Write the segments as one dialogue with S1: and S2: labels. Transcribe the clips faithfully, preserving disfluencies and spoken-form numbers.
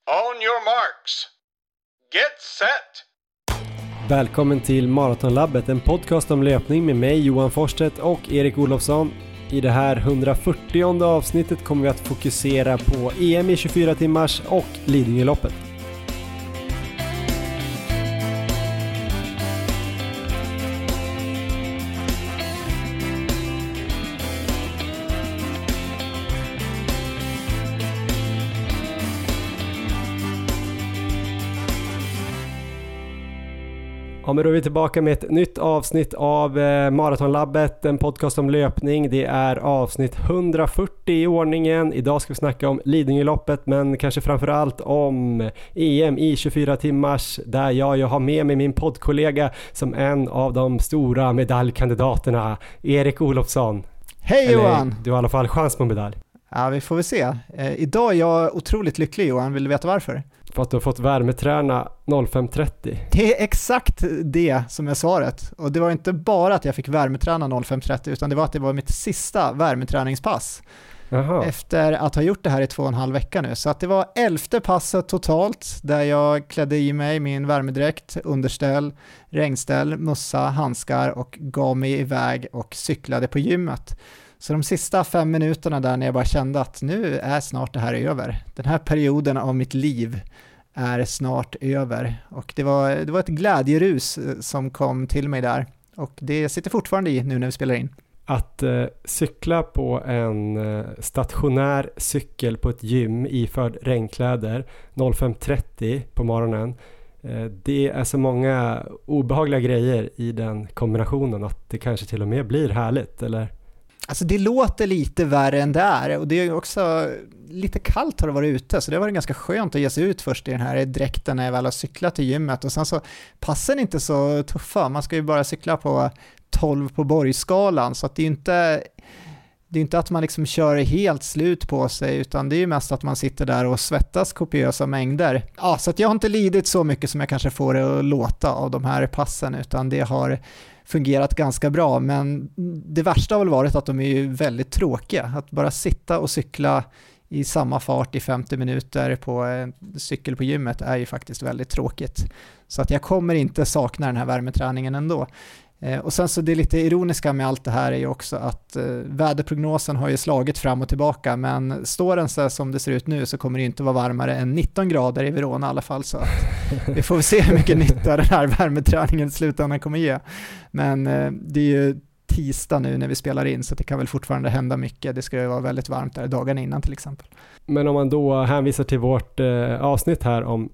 S1: On your marks. Get set!
S2: Välkommen till Maratonlabbet, en podcast om löpning med mig Johan Forstedt och Erik Olofsson. I det här hundrafyrtionde avsnittet kommer vi att fokusera på E M i tjugofyra timmars och Lidingöloppet. Ja, men då är vi tillbaka med ett nytt avsnitt av eh, Maratonlabbet, en podcast om löpning. Det är avsnitt hundrafyrtio i ordningen. Idag ska vi snacka om Lidingöloppet, men kanske framförallt om E M i tjugofyra timmars, där jag, jag har med mig min poddkollega som en av de stora medaljkandidaterna, Erik Olofsson.
S3: Hej
S2: Eller,
S3: Johan!
S2: du har i alla fall chans på medalj.
S3: Ja, vi får väl se. Eh, idag är jag otroligt lycklig, Johan. Vill du veta varför?
S2: För att du har fått värmeträna noll fem trettio.
S3: Det är exakt det som är svaret. Och det var inte bara att jag fick värmeträna noll fem trettio, utan det var att det var mitt sista värmeträningspass.
S2: Aha.
S3: Efter att ha gjort det här i två och en halv vecka nu. Så att det var elfte passet totalt, där jag klädde i mig min värmedräkt, underställ, regnställ, mössa, handskar och gav mig iväg och cyklade på gymmet. Så de sista fem minuterna där när jag bara kände att nu är snart det här över. Den här perioden av mitt liv är snart över. Och det var, det var ett glädjerus som kom till mig där. Och det sitter fortfarande i nu när vi spelar in.
S2: Att eh, cykla på en eh, stationär cykel på ett gym iförd regnkläder noll fem trettio på morgonen. Eh, det är så många obehagliga grejer i den kombinationen att det kanske till och med blir härligt, eller?
S3: Alltså det låter lite värre än det är, och det är också lite kallt har det varit ute, så det var ganska skönt att ge sig ut först i den här dräkten när jag väl har cyklat till gymmet, och sen så passen inte så tuffa, man ska ju bara cykla på tolv på Borgskalan, så att det är inte det är inte att man liksom kör helt slut på sig, utan det är ju mest att man sitter där och svettas kopiösa mängder. Ja, så att jag har inte lidit så mycket som jag kanske får det att låta av de här passen, utan det har fungerat ganska bra, men det värsta har väl varit att de är ju väldigt tråkiga. Att bara sitta och cykla i samma fart i femtio minuter på en cykel på gymmet är ju faktiskt väldigt tråkigt. Så att jag kommer inte sakna den här värmeträningen ändå. Eh, och sen så det lite ironiska med allt det här är ju också att eh, väderprognosen har ju slagit fram och tillbaka, men står den så som det ser ut nu så kommer det inte vara varmare än nitton grader i Verona i alla fall, så att vi får se hur mycket nytta den här värmeträningen i slutändan kommer ge. Men eh, det är ju tisdag nu när vi spelar in, så det kan väl fortfarande hända mycket. Det ska ju vara väldigt varmt där dagen innan till exempel.
S2: Men om man då hänvisar till vårt eh, avsnitt här om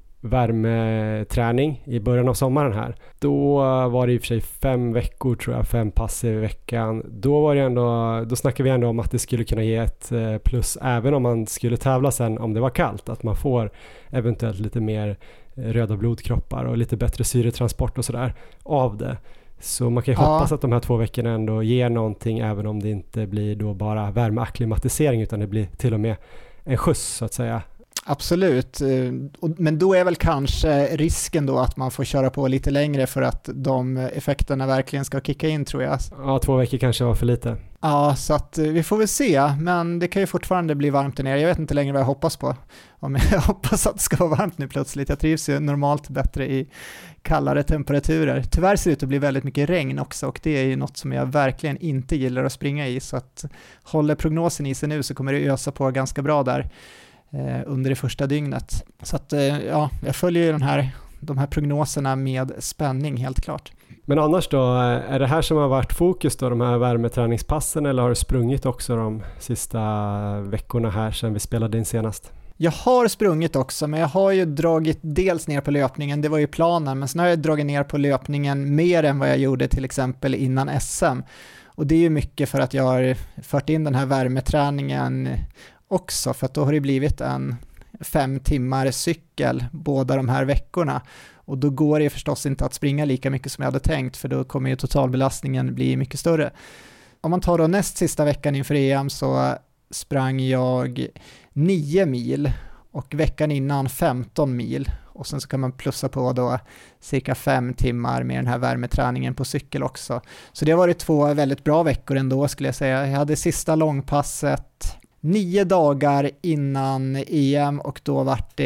S2: värmeträning i början av sommaren här, då var det i och för sig fem veckor tror jag, fem pass i veckan. Då var det ändå, då snackade vi ändå om att det skulle kunna ge ett plus även om man skulle tävla sen om det var kallt, att man får eventuellt lite mer röda blodkroppar och lite bättre syretransport och sådär av det. Så man kan ju ja. hoppas att de här två veckorna ändå ger någonting, även om det inte blir då bara värmeakklimatisering, utan det blir till och med en skjuts så att säga.
S3: Absolut, men då är väl kanske risken då att man får köra på lite längre för att de effekterna verkligen ska kicka in, tror jag.
S2: Ja, två veckor kanske var för lite.
S3: Ja, så att vi får väl se, men det kan ju fortfarande bli varmt där nere. Jag vet inte längre vad jag hoppas på. Om jag hoppas att det ska vara varmt nu plötsligt. Jag trivs ju normalt bättre i kallare temperaturer. Tyvärr ser det ut att bli väldigt mycket regn också, och det är ju något som jag verkligen inte gillar att springa i, så att håller prognosen i sig nu så kommer det ösa på ganska bra där under det första dygnet. Så att ja, jag följer ju den här, de här prognoserna med spänning helt klart.
S2: Men annars då, är det här som har varit fokus då, de här värmeträningspassen, eller har du sprungit också de sista veckorna här sedan vi spelade in senast?
S3: Jag har sprungit också, men jag har ju dragit dels ner på löpningen, det var ju planen, men sen har jag dragit ner på löpningen mer än vad jag gjorde till exempel innan S M. Och det är ju mycket för att jag har fört in den här värmeträningen också, för att då har det blivit en fem timmar cykel båda de här veckorna, och då går det förstås inte att springa lika mycket som jag hade tänkt, för då kommer ju totalbelastningen bli mycket större. Om man tar då näst sista veckan inför E M så sprang jag nio mil och veckan innan femton mil, och sen så kan man plussa på då cirka fem timmar med den här värmeträningen på cykel också. Så det har varit två väldigt bra veckor ändå, skulle jag säga. Jag hade sista långpasset nio dagar innan E M, och då var det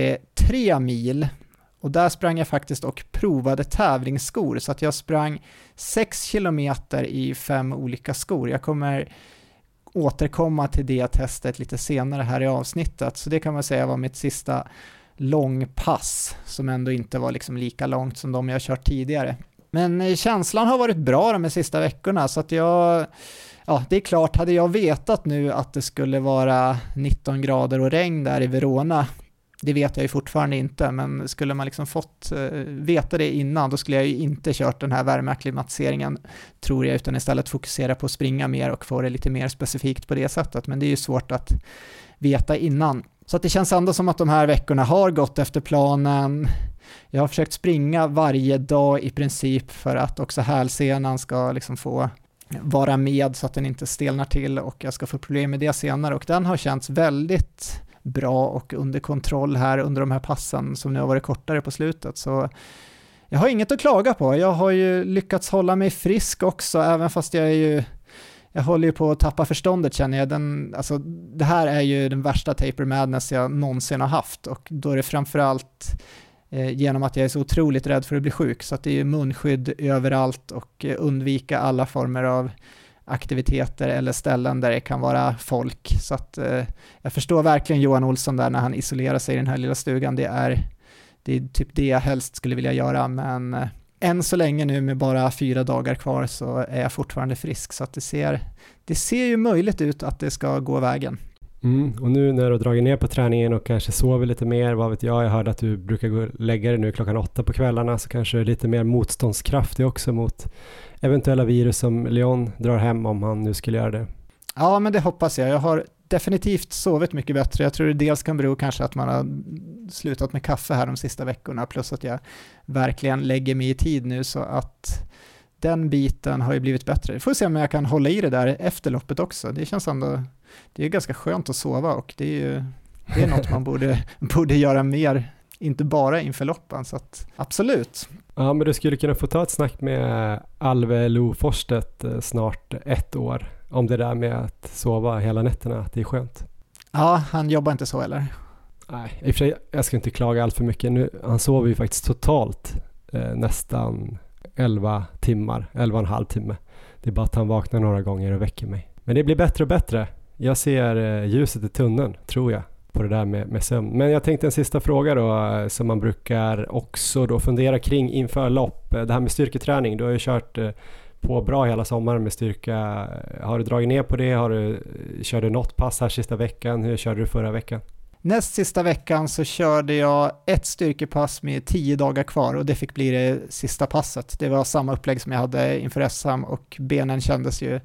S3: tre mil och där sprang jag faktiskt och provade tävlingsskor så att jag sprang sex kilometer i fem olika skor. Jag kommer återkomma till det testet lite senare här i avsnittet, så det kan man säga var mitt sista långpass som ändå inte var liksom lika långt som de jag kört tidigare. Men känslan har varit bra de sista veckorna, så att jag, ja det är klart, hade jag vetat nu att det skulle vara nitton grader och regn där i Verona, det vet jag ju fortfarande inte, men skulle man liksom fått uh, veta det innan, då skulle jag ju inte kört den här värmeakklimatiseringen tror jag, utan istället fokusera på att springa mer och få det lite mer specifikt på det sättet, men det är ju svårt att veta innan. Så att det känns ändå som att de här veckorna har gått efter planen. Jag har försökt springa varje dag i princip för att också hälsenan ska liksom få vara med så att den inte stelnar till och jag ska få problem med det senare, och den har känts väldigt bra och under kontroll här under de här passen som nu har varit kortare på slutet. Så jag har inget att klaga på. Jag har ju lyckats hålla mig frisk också, även fast jag är ju jag håller ju på att tappa förståndet, känner jag. Den, alltså, det här är ju den värsta taper madness jag någonsin har haft, och då är det framförallt eh, genom att jag är så otroligt rädd för att bli sjuk, så att det är ju munskydd överallt och eh, undvika alla former av aktiviteter eller ställen där det kan vara folk. Så att eh, jag förstår verkligen Johan Olsson där när han isolerar sig i den här lilla stugan. Det är, det är typ det jag helst skulle vilja göra, men eh, än så länge nu med bara fyra dagar kvar så är jag fortfarande frisk, så att det ser, det ser ju möjligt ut att det ska gå vägen.
S2: Mm, och nu när du har dragit ner på träningen och kanske sover lite mer, vad vet jag, jag hörde att du brukar gå och lägga dig nu klockan åtta på kvällarna, så kanske är lite mer motståndskraftig också mot eventuella virus som Leon drar hem om han nu skulle göra det.
S3: Ja, men det hoppas jag. Jag har definitivt sovit mycket bättre. Jag tror det dels kan bero kanske att man har slutat med kaffe här de sista veckorna, plus att jag verkligen lägger mig i tid nu, så att den biten har ju blivit bättre. Får se om jag kan hålla i det där efter loppet också. Det känns ändå, det är ganska skönt att sova, och det är ju det är något man borde, borde göra mer, inte bara inför loppen, så att absolut.
S2: Ja, men du skulle kunna få ta ett snack med Alve Lo Forsstedt snart ett år om det där med att sova hela nätterna, att det är skönt.
S3: Ja, han jobbar inte så eller?
S2: Nej, i och för sig, jag ska inte klaga allt för mycket. Nu, han sover ju faktiskt totalt eh, nästan elva timmar, elva och en halv timme. Det är bara att han vaknar några gånger och väcker mig. Men det blir bättre och bättre. Jag ser eh, ljuset i tunneln, tror jag, på det där med, med sömn. Men jag tänkte en sista fråga då, som man brukar också då fundera kring inför lopp. Det här med styrketräning, du har ju kört eh, på bra hela sommaren med styrka. Har du dragit ner på det? Har du, körde du något pass här sista veckan? Hur körde du förra veckan?
S3: Näst sista veckan så körde jag ett styrkepass med tio dagar kvar, och det fick bli det sista passet. Det var samma upplägg som jag hade inför S M, och benen kändes ju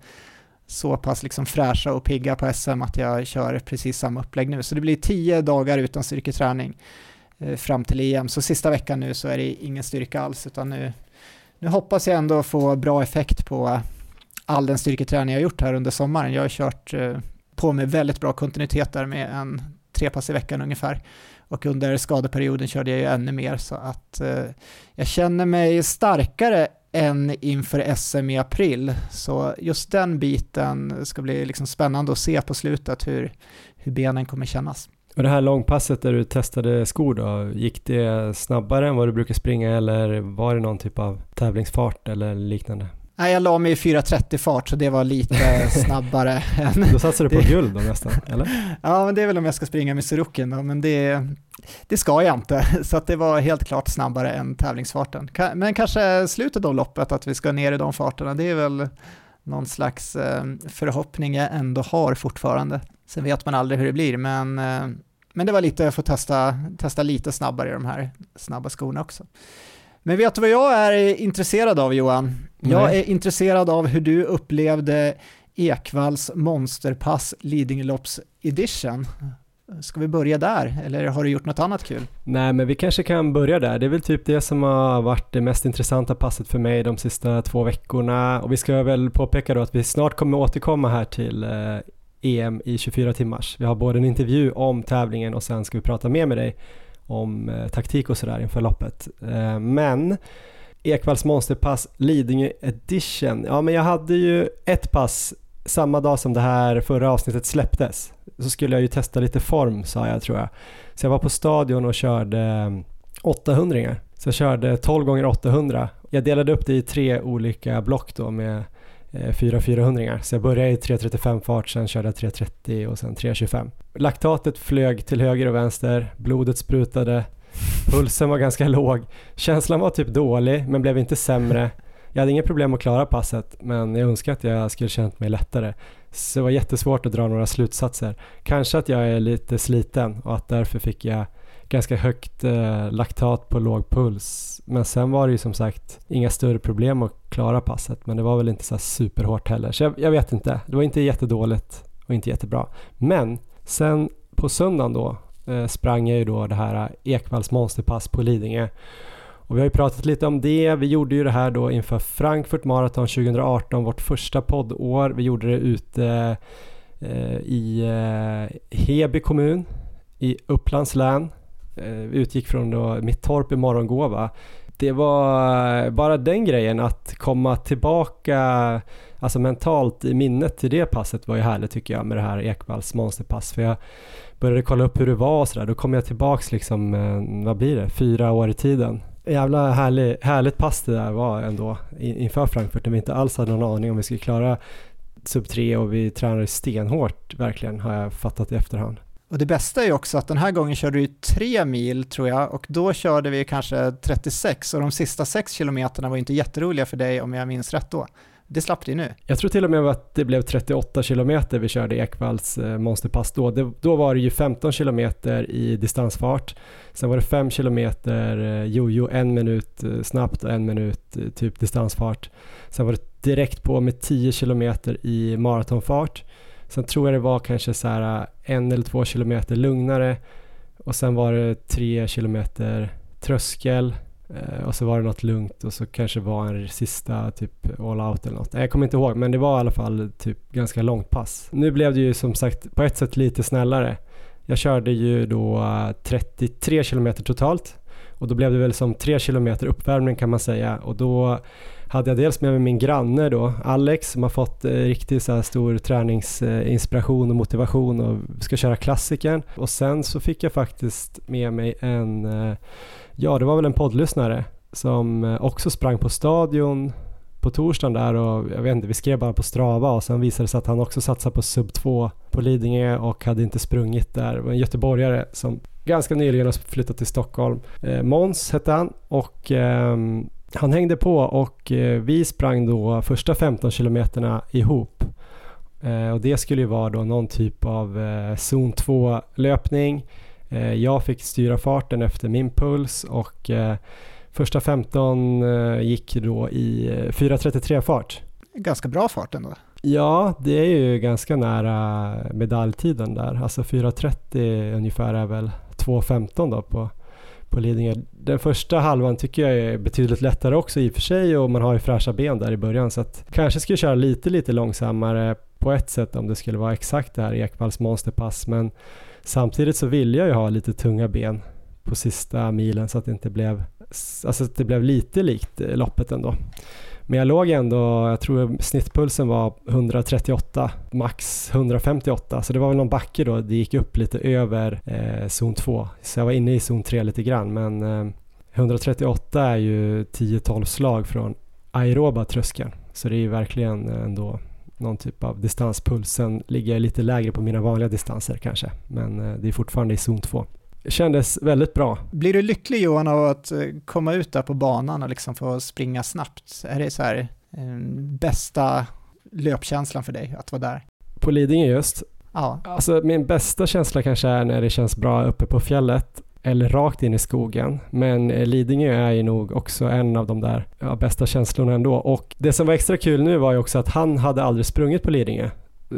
S3: så pass liksom fräscha och pigga på S M att jag kör precis samma upplägg nu. Så det blir tio dagar utan styrketräning eh, fram till E M. Så sista veckan nu så är det ingen styrka alls, utan nu, nu hoppas jag ändå få bra effekt på all den styrketräning jag gjort här under sommaren. Jag har kört eh, på med väldigt bra kontinuitet där med en tre pass i veckan ungefär, och under skadeperioden körde jag ju ännu mer, så att eh, jag känner mig starkare än inför S M i april, så just den biten ska bli liksom spännande att se på slutet hur, hur benen kommer kännas.
S2: Och det här långpasset där du testade skor då, gick det snabbare än vad du brukar springa, eller var det någon typ av tävlingsfart eller liknande?
S3: Nej, jag la mig i fyra trettio fart, så det var lite snabbare än...
S2: Då satsar du på det... guld då nästan, eller?
S3: Ja, men det är väl om jag ska springa med Surukin då, men det, det ska jag inte. Så att det var helt klart snabbare än tävlingsfarten. Men kanske slutet av loppet att vi ska ner i de farterna, det är väl någon slags förhoppning jag ändå har fortfarande. Sen vet man aldrig hur det blir, men, men det var lite att få testa, testa lite snabbare i de här snabba skorna också. Men vet du vad jag är intresserad av, Johan? Nej. Jag är intresserad av hur du upplevde Ekvalls Monsterpass Lidingölopps Edition. Ska vi börja där, eller har du gjort något annat kul?
S2: Nej, men vi kanske kan börja där. Det är väl typ det som har varit det mest intressanta passet för mig de sista två veckorna. Och vi ska väl påpeka då att vi snart kommer återkomma här till eh, E M i tjugofyra timmars. Vi har både en intervju om tävlingen och sen ska vi prata mer med dig om eh, taktik och sådär inför loppet. Eh, men Ekvalls Monsterpass Lidingö Edition. Ja, men jag hade ju ett pass samma dag som det här förra avsnittet släpptes. Så skulle jag ju testa lite form, sa jag, tror jag. Så jag var på stadion och körde åttahundra. Så jag körde tolv gånger åttahundra. Jag delade upp det i tre olika block då med eh, fyra fyrahundringar. Så jag började i tre trettiofem fart, sen körde jag tre trettio och sen tre tjugofem. Laktatet flög till höger och vänster, blodet sprutade, pulsen var ganska låg. Känslan var typ dålig men blev inte sämre. Jag hade inga problem att klara passet, men jag önskar att jag skulle känt mig lättare. Så det var jättesvårt att dra några slutsatser. Kanske att jag är lite sliten och att därför fick jag ganska högt eh, laktat på låg puls. Men sen var det ju som sagt inga större problem att klara passet. Men det var väl inte så superhårt heller. Så jag, jag vet inte. Det var inte jättedåligt och inte jättebra. Men sen på söndagen då eh, sprang jag ju då det här Ekvalls monsterpass på Lidingö. Och vi har ju pratat lite om det. Vi gjorde ju det här då inför Frankfurt Marathon tjugo arton, vårt första poddår. Vi gjorde det ute eh, i eh, Heby kommun i Upplands län. Eh, vi utgick från då mitt torp i Morgongåva. Det var bara den grejen att komma tillbaka alltså mentalt i minnet till det passet var ju härligt tycker jag med det här Ekvalls monsterpass. För jag började kolla upp hur det var och sådär. Då kom jag tillbaks liksom, eh, vad blir det, fyra år i tiden. Jävla härlig, härligt pass det där var ändå inför Frankfurt när vi inte alls hade någon aning om vi skulle klara sub tre och vi tränade stenhårt verkligen har jag fattat i efterhand.
S3: Och det bästa är ju också att den här gången körde du tre mil tror jag och då körde vi kanske trettiosex och de sista sex kilometerna var inte jätteroliga för dig om jag minns rätt då. Det slapp det nu.
S2: Jag tror till och med att det blev trettioåtta kilometer vi körde Ekvalls eh, monsterpass då. Det, då var det ju femton kilometer i distansfart. Sen var det fem kilometer eh, jojo, en minut eh, snabbt och en minut eh, typ distansfart. Sen var det direkt på med tio kilometer i maratonfart. Sen tror jag det var kanske så här en eller två kilometer lugnare. Och sen var det tre kilometer tröskel. Och så var det något lugnt och så kanske var en sista typ all out eller något. Jag kommer inte ihåg men det var i alla fall typ ganska långt pass. Nu blev det ju som sagt på ett sätt lite snällare. Jag körde ju då trettiotre kilometer totalt och då blev det väl som tre kilometer uppvärmning kan man säga och då hade jag dels med mig min granne då, Alex, som har fått eh, riktigt så här stor träningsinspiration och motivation och ska köra klassiken. Och sen så fick jag faktiskt med mig en, eh, ja det var väl en poddlyssnare som eh, också sprang på stadion på torsdagen där och jag vet inte, vi skrev bara på Strava och sen visade det sig att han också satsade på sub två på Lidingö och hade inte sprungit där. Det var en göteborgare som ganska nyligen har flyttat till Stockholm. Eh, Måns hette han och eh, han hängde på och eh, vi sprang då första femton kilometerna ihop. Eh, och det skulle ju vara då någon typ av eh, zon två löpning. Eh, jag fick styra farten efter min puls och eh, första femton eh, gick då i eh, fyra trettiotre fart.
S3: Ganska bra fart ändå.
S2: Ja, det är ju ganska nära medaljtiden där. Alltså fyra trettio ungefär är väl två femton då på på Lidingö. Den första halvan tycker jag är betydligt lättare också i och för sig och man har ju fräscha ben där i början så att kanske skulle köra lite lite långsammare på ett sätt om det skulle vara exakt det här Ekvalls monsterpass men samtidigt så vill jag ju ha lite tunga ben på sista milen så att det inte blev alltså att det blev lite likt loppet ändå. Men jag låg ändå, jag tror snittpulsen var etthundratrettioåtta, max etthundrafemtioåtta. Så det var väl någon backe då, det gick upp lite över eh, zon två. Så jag var inne i zon tre lite grann. Men eh, etthundratrettioåtta är ju tio tolv slag från aeroba tröskeln. Så det är ju verkligen ändå någon typ av distanspuls. Sen ligger jag lite lägre på mina vanliga distanser kanske. Men eh, det är fortfarande i zon två. Kändes väldigt bra.
S3: Blir du lycklig Johan av att komma ut där på banan och liksom få springa snabbt? Är det så här eh, bästa löpkänslan för dig att vara där?
S2: På Lidingö just?
S3: Ja.
S2: Alltså min bästa känsla kanske är när det känns bra uppe på fjället eller rakt in i skogen. Men Lidingö är ju nog också en av de där ja, bästa känslorna ändå. Och det som var extra kul nu var ju också att han hade aldrig sprungit på Lidingö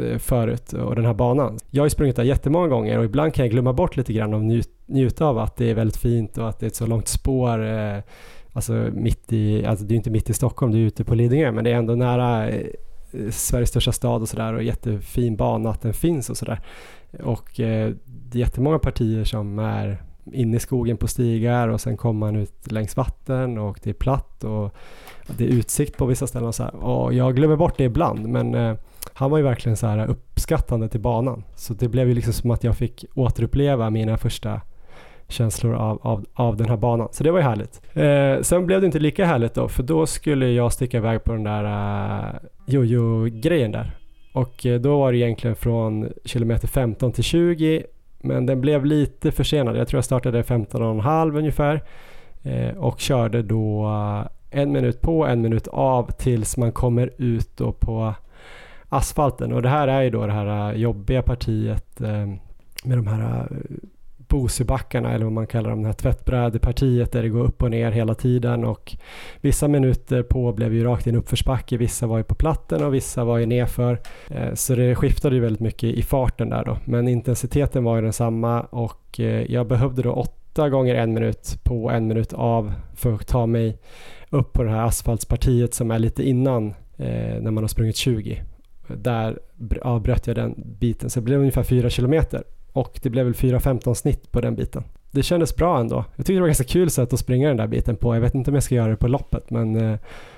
S2: förut och den här banan. Jag har ju sprungit där jättemånga gånger och ibland kan jag glömma bort lite grann och njut, njuta av att det är väldigt fint och att det är ett så långt spår eh, alltså mitt i, alltså det är inte mitt i Stockholm, det är ute på Lidingö men det är ändå nära eh, Sveriges största stad och sådär och jättefin bana att den finns och sådär och eh, det är jättemånga partier som är inne i skogen på stigar och sen kommer man ut längs vatten och det är platt och det är utsikt på vissa ställen och så här. Och jag glömmer bort det ibland men eh, han var ju verkligen så här uppskattande till banan så det blev ju liksom som att jag fick återuppleva mina första känslor av, av, av den här banan. Så det var ju härligt. Eh, sen blev det inte lika härligt då, för då skulle jag sticka iväg på den där uh, jojo-grejen där. Och eh, då var det egentligen från kilometer femton till tjugo, men den blev lite försenad. Jag tror jag startade femton och en halv ungefär eh, och körde då uh, en minut på, en minut av tills man kommer ut då på asfalten. Och det här är ju då det här jobbiga partiet eh, med de här uh, Bosebackarna, eller vad man kallar dem, det här tvättbrädepartiet där det går upp och ner hela tiden, och vissa minuter på blev ju rakt in uppförsbacke, vissa var ju på platten och vissa var ju nerför, eh, så det skiftade ju väldigt mycket i farten där då, men intensiteten var ju densamma, och eh, jag behövde då åtta gånger en minut på, en minut av för att ta mig upp på det här asfaltspartiet som är lite innan eh, när man har sprungit tjugo. Där avbröt jag den biten, så det blev ungefär fyra kilometer. Och det blev väl fyra femton snitt på den biten. Det kändes bra ändå. Jag tyckte det var ganska kul sätt att springa den där biten på. Jag vet inte om jag ska göra det på loppet, men eh,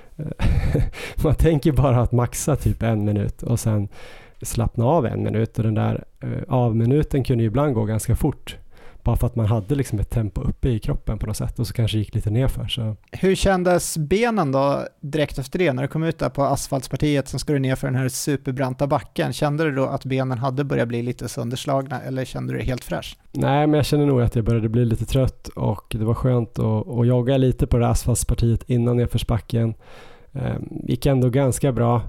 S2: man tänker bara att maxa typ en minut och sen slappna av en minut. Och den där eh, avminuten kunde ju ibland gå ganska fort. Bara för att man hade liksom ett tempo uppe i kroppen på något sätt, och så kanske gick lite nerför. Så.
S3: Hur kändes benen då direkt efter det när du kom ut där på asfaltspartiet som ska du ner för den här superbranta backen? Kände du då att benen hade börjat bli lite sönderslagna, eller kände du det helt fräsch?
S2: Nej, men jag kände nog att jag började bli lite trött, och det var skönt att, att jogga lite på det asfaltspartiet innan nedförsbacken. Ehm, gick ändå ganska bra.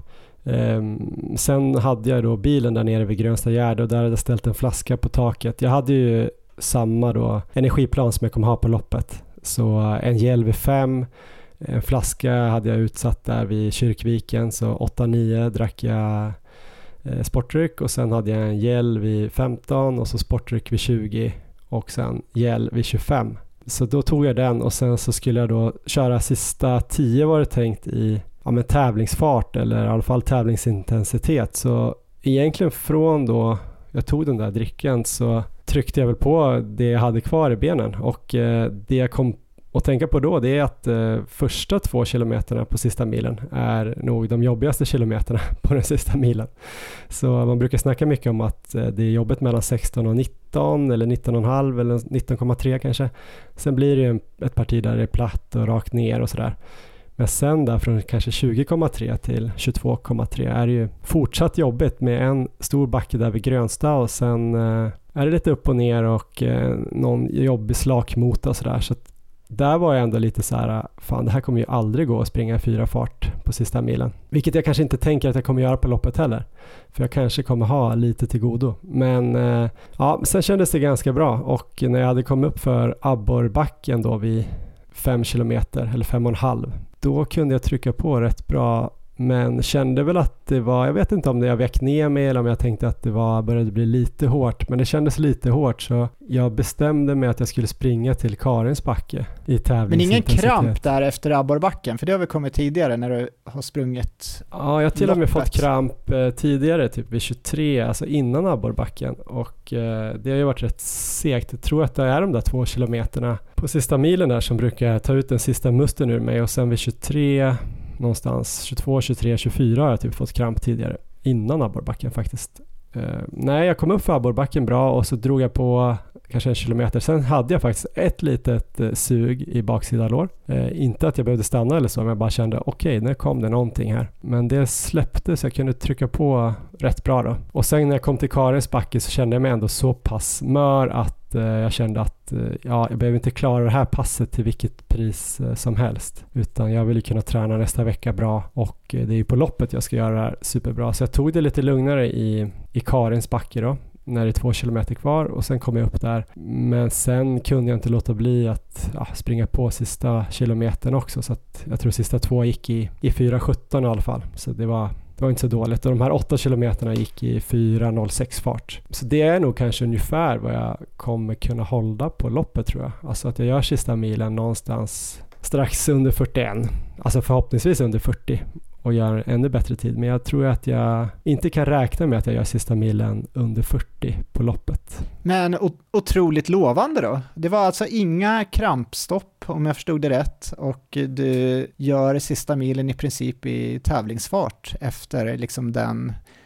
S2: Ehm, sen hade jag då bilen där nere vid Grönstad-Gärde, och där hade jag ställt en flaska på taket. Jag hade ju samma då energiplan som jag kommer ha på loppet. Så en gel vid fem, en flaska hade jag utsatt där vid Kyrkviken, så åtta nio drack jag eh, sportdryck, och sen hade jag en gel vid femton och så sportdryck vid tjugo och sen gel vid tjugofem. Så då tog jag den, och sen så skulle jag då köra sista tio var det tänkt i ja, men tävlingsfart, eller i alla fall tävlingsintensitet. Så egentligen från då jag tog den där dricken så tryckte jag väl på det jag hade kvar i benen, och eh, det jag kom att tänka på då, det är att eh, första två kilometerna på sista milen är nog de jobbigaste kilometerna på den sista milen. Så man brukar snacka mycket om att eh, det är jobbigt mellan sexton och nitton eller nitton och en halv eller nitton komma tre kanske. Sen blir det ju en, ett parti där det är platt och rakt ner och sådär. Men sen där från kanske tjugo komma tre till tjugotvå komma tre är det ju fortsatt jobbigt med en stor backe där vid Grönstad, och sen eh, är det lite upp och ner och eh, någon jobbig slakmota och sådär. Så att där var jag ändå lite så här, fan det här kommer ju aldrig gå att springa i fyra fart på sista milen. Vilket jag kanske inte tänker att jag kommer göra på loppet heller. För jag kanske kommer ha lite till godo. Men eh, ja, sen kändes det ganska bra, och när jag hade kommit upp för abborrbacken då vid fem kilometer eller fem och en halv, då kunde jag trycka på rätt bra, men kände väl att det var, jag vet inte om det jag väck ner mig eller om jag tänkte att det var, började bli lite hårt, men det kändes lite hårt, så jag bestämde mig att jag skulle springa till Karins backe i tävlingsintensitet.
S3: Men ingen kramp där efter abborrbacken, för det har vi kommit tidigare när du har sprungit.
S2: Ja, jag har till och med
S3: loppet.
S2: fått kramp eh, tidigare, typ vid tjugotre, alltså innan abborrbacken, och eh, det har ju varit rätt segt. Jag tror att det är de där två kilometerna på sista milen där som brukar ta ut den sista musten ur mig, och sen vid tjugotre någonstans, tjugotvå, tjugotre, tjugofyra har jag typ fått kramp tidigare, innan abborrbacken faktiskt. Uh, nej, jag kom upp för abborrbacken bra, och så drog jag på kanske en kilometer. Sen hade jag faktiskt ett litet uh, sug i baksida lår. Uh, inte att jag behövde stanna eller så, men jag bara kände okej, okay, nu kom det någonting här. Men det släppte, så jag kunde trycka på rätt bra då. Och sen när jag kom till Karins backe så kände jag mig ändå så pass mör att uh, jag kände att uh, ja, jag behöver inte klara det här passet till vilket pris uh, som helst. Utan jag vill ju kunna träna nästa vecka bra, och uh, det är ju på loppet jag ska göra det här superbra. Så jag tog det lite lugnare i, i Karins backe då, när det är två kilometer kvar, och sen kom jag upp där. Men sen kunde jag inte låta bli att ja, springa på sista kilometern också, så att jag tror sista två gick i, i fyra sjutton i alla fall. Så det var, det var inte så dåligt, och de här åtta kilometerna gick i fyra noll sex fart. Så det är nog kanske ungefär vad jag kommer kunna hålla på loppet, tror jag. Alltså att jag gör sista milen någonstans strax under fyrtioen, alltså förhoppningsvis under fyrtio, och gör en ännu bättre tid. Men jag tror att jag inte kan räkna med att jag gör sista milen under fyrtio på loppet.
S3: Men otroligt lovande då. Det var alltså inga krampstopp, om jag förstod det rätt, och du gör sista milen i princip i tävlingsfart efter liksom den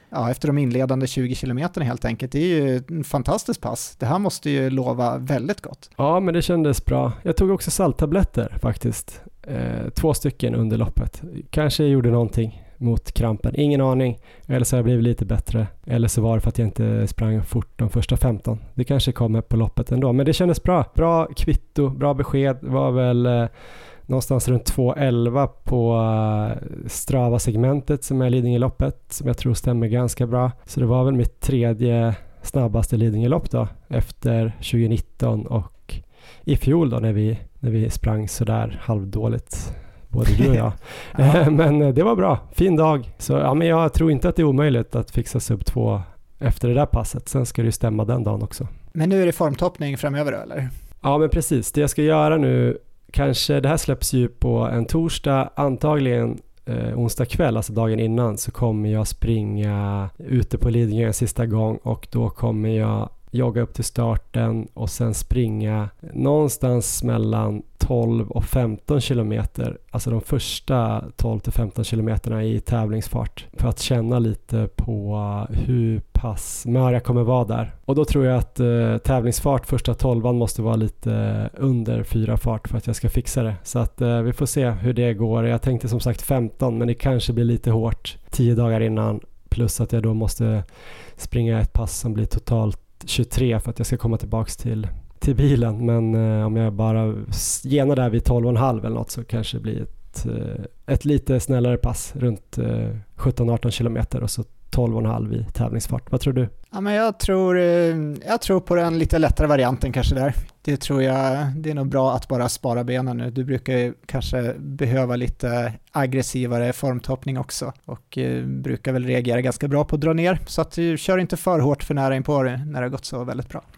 S3: ja, efter de inledande tjugo kilometerna helt enkelt. Det är ju ett fantastiskt pass. Det här måste ju lova väldigt gott.
S2: Ja, men det kändes bra. Jag tog också salttabletter faktiskt. Eh, två stycken under loppet. Kanske gjorde någonting mot krampen. Ingen aning. Eller så har jag blivit lite bättre. Eller så var det för att jag inte sprang fort de första femton. Det kanske kommer på loppet ändå. Men det kändes bra. Bra kvitto, bra besked. Det var väl eh, någonstans runt två elva på uh, Strava-segmentet som är Lidingö-loppet. Som jag tror stämmer ganska bra. Så det var väl mitt tredje snabbaste Lidingö-lopp då. Efter tjugonitton och i fjol då när vi, när vi sprang sådär halvdåligt. Både du och jag. ja. Men det var bra. Fin dag. Så ja, men jag tror inte att det är omöjligt att fixa sub två efter det där passet. Sen ska det ju stämma den dagen också.
S3: Men nu är det formtoppning framöver då, eller?
S2: Ja, men precis. Det jag ska göra nu, kanske det här släpps ju på en torsdag, antagligen eh, onsdag kväll, alltså dagen innan, så kommer jag springa ute på Lidingö en sista gång och då kommer jag jogga upp till starten och sen springa någonstans mellan tolv och femton kilometer, alltså de första tolv till femton kilometerna i tävlingsfart, för att känna lite på hur pass mör jag kommer vara där. Och då tror jag att eh, tävlingsfart första tolvan måste vara lite under fyra fart för att jag ska fixa det. Så att eh, vi får se hur det går. Jag tänkte som sagt femton, men det kanske blir lite hårt tio dagar innan, plus att jag då måste springa ett pass som blir totalt tjugotre för att jag ska komma tillbaks till, till bilen. Men eh, om jag bara genar där vid tolv och en halv eller något så kanske det blir ett, eh, ett lite snällare pass runt eh, sjutton arton kilometer och så tolv och en halv i tävlingsfart. Vad tror du?
S3: Ja, men jag tror, jag tror på den lite lättare varianten kanske där. Det tror jag, det är nog bra att bara spara benen nu. Du brukar ju kanske behöva lite aggressivare formtoppning också och eh, brukar väl reagera ganska bra på att dra ner. Så att du kör inte för hårt för nära in på det när det har gått så väldigt bra.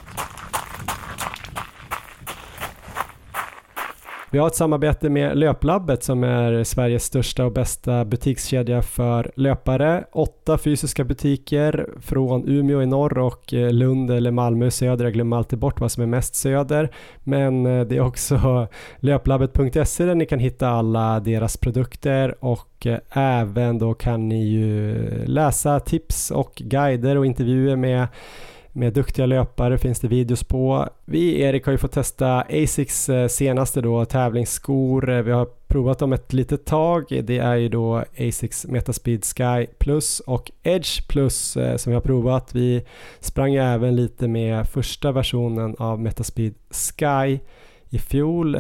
S2: Vi har ett samarbete med Löplabbet som är Sveriges största och bästa butikskedja för löpare. Åtta fysiska butiker från Umeå i norr och Lund eller Malmö i söder. Jag glömmer alltid bort vad som är mest söder. Men det är också löplabbet punkt se där ni kan hitta alla deras produkter och även då kan ni ju läsa tips och guider och intervjuer med Med duktiga löpare finns det videos på. Vi, Erik, har ju fått testa Asics senaste då tävlingsskor. Vi har provat dem ett litet tag. Det är ju då Asics Metaspeed Sky Plus och Edge Plus som vi har provat. Vi sprang även lite med första versionen av Metaspeed Sky i fjol.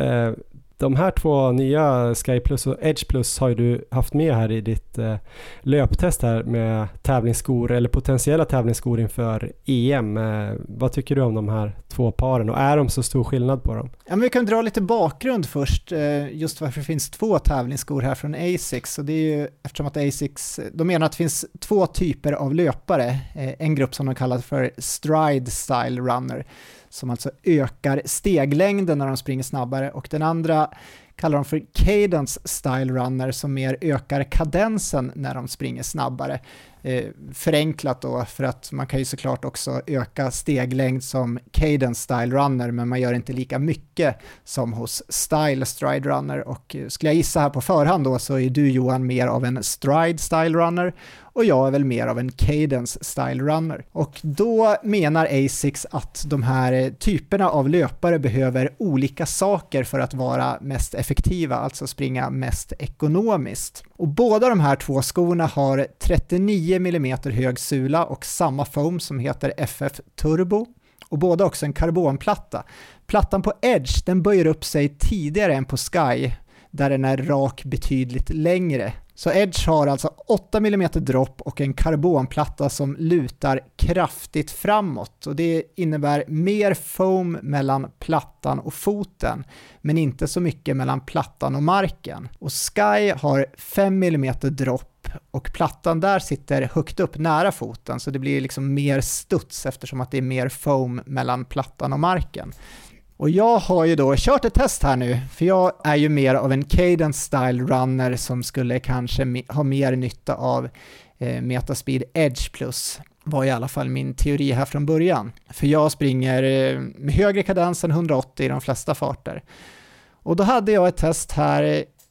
S2: De här två nya Sky Plus och Edge Plus har ju du haft med här i ditt eh, löptest här med tävlingsskor eller potentiella tävlingsskor inför E M. Eh, vad tycker du om de här två paren och är de så stor skillnad på dem?
S3: Ja, men vi kan dra lite bakgrund först, eh, just varför det finns två tävlingsskor här från Asics. Och det är ju eftersom att Asics, de menar att det finns två typer av löpare. Eh, en grupp som de kallar för Stride Style Runner, som alltså ökar steglängden när de springer snabbare, och den andra kallar de för Cadence Style Runner som mer ökar kadensen när de springer snabbare. Eh, förenklat då, för att man kan ju såklart också öka steglängd som Cadence Style Runner, men man gör inte lika mycket som hos Style Stride Runner. Och skulle jag gissa här på förhand då, så är du, Johan, mer av en Stride Style Runner och jag är väl mer av en Cadence Style Runner. Och då menar Asics att de här typerna av löpare behöver olika saker för att vara mest effektiva, alltså springa mest ekonomiskt. Och båda de här två skorna har trettionio millimeter hög sula och samma foam som heter F F Turbo. Och båda också en karbonplatta. Plattan på Edge, den böjer upp sig tidigare än på Sky, där den är rak betydligt längre. Så Edge har alltså åtta millimeter dropp och en karbonplatta som lutar kraftigt framåt. Och det innebär mer foam mellan plattan och foten, men inte så mycket mellan plattan och marken. Och Sky har fem millimeter dropp och plattan där sitter högt upp nära foten, så det blir liksom mer studs eftersom att det är mer foam mellan plattan och marken. Och jag har ju då kört ett test här nu, för jag är ju mer av en Cadence Style Runner som skulle kanske me- ha mer nytta av eh, Metaspeed Edge Plus, var i alla fall min teori här från början. För jag springer eh, med högre kadens än hundraåttio i de flesta farter. Och då hade jag ett test här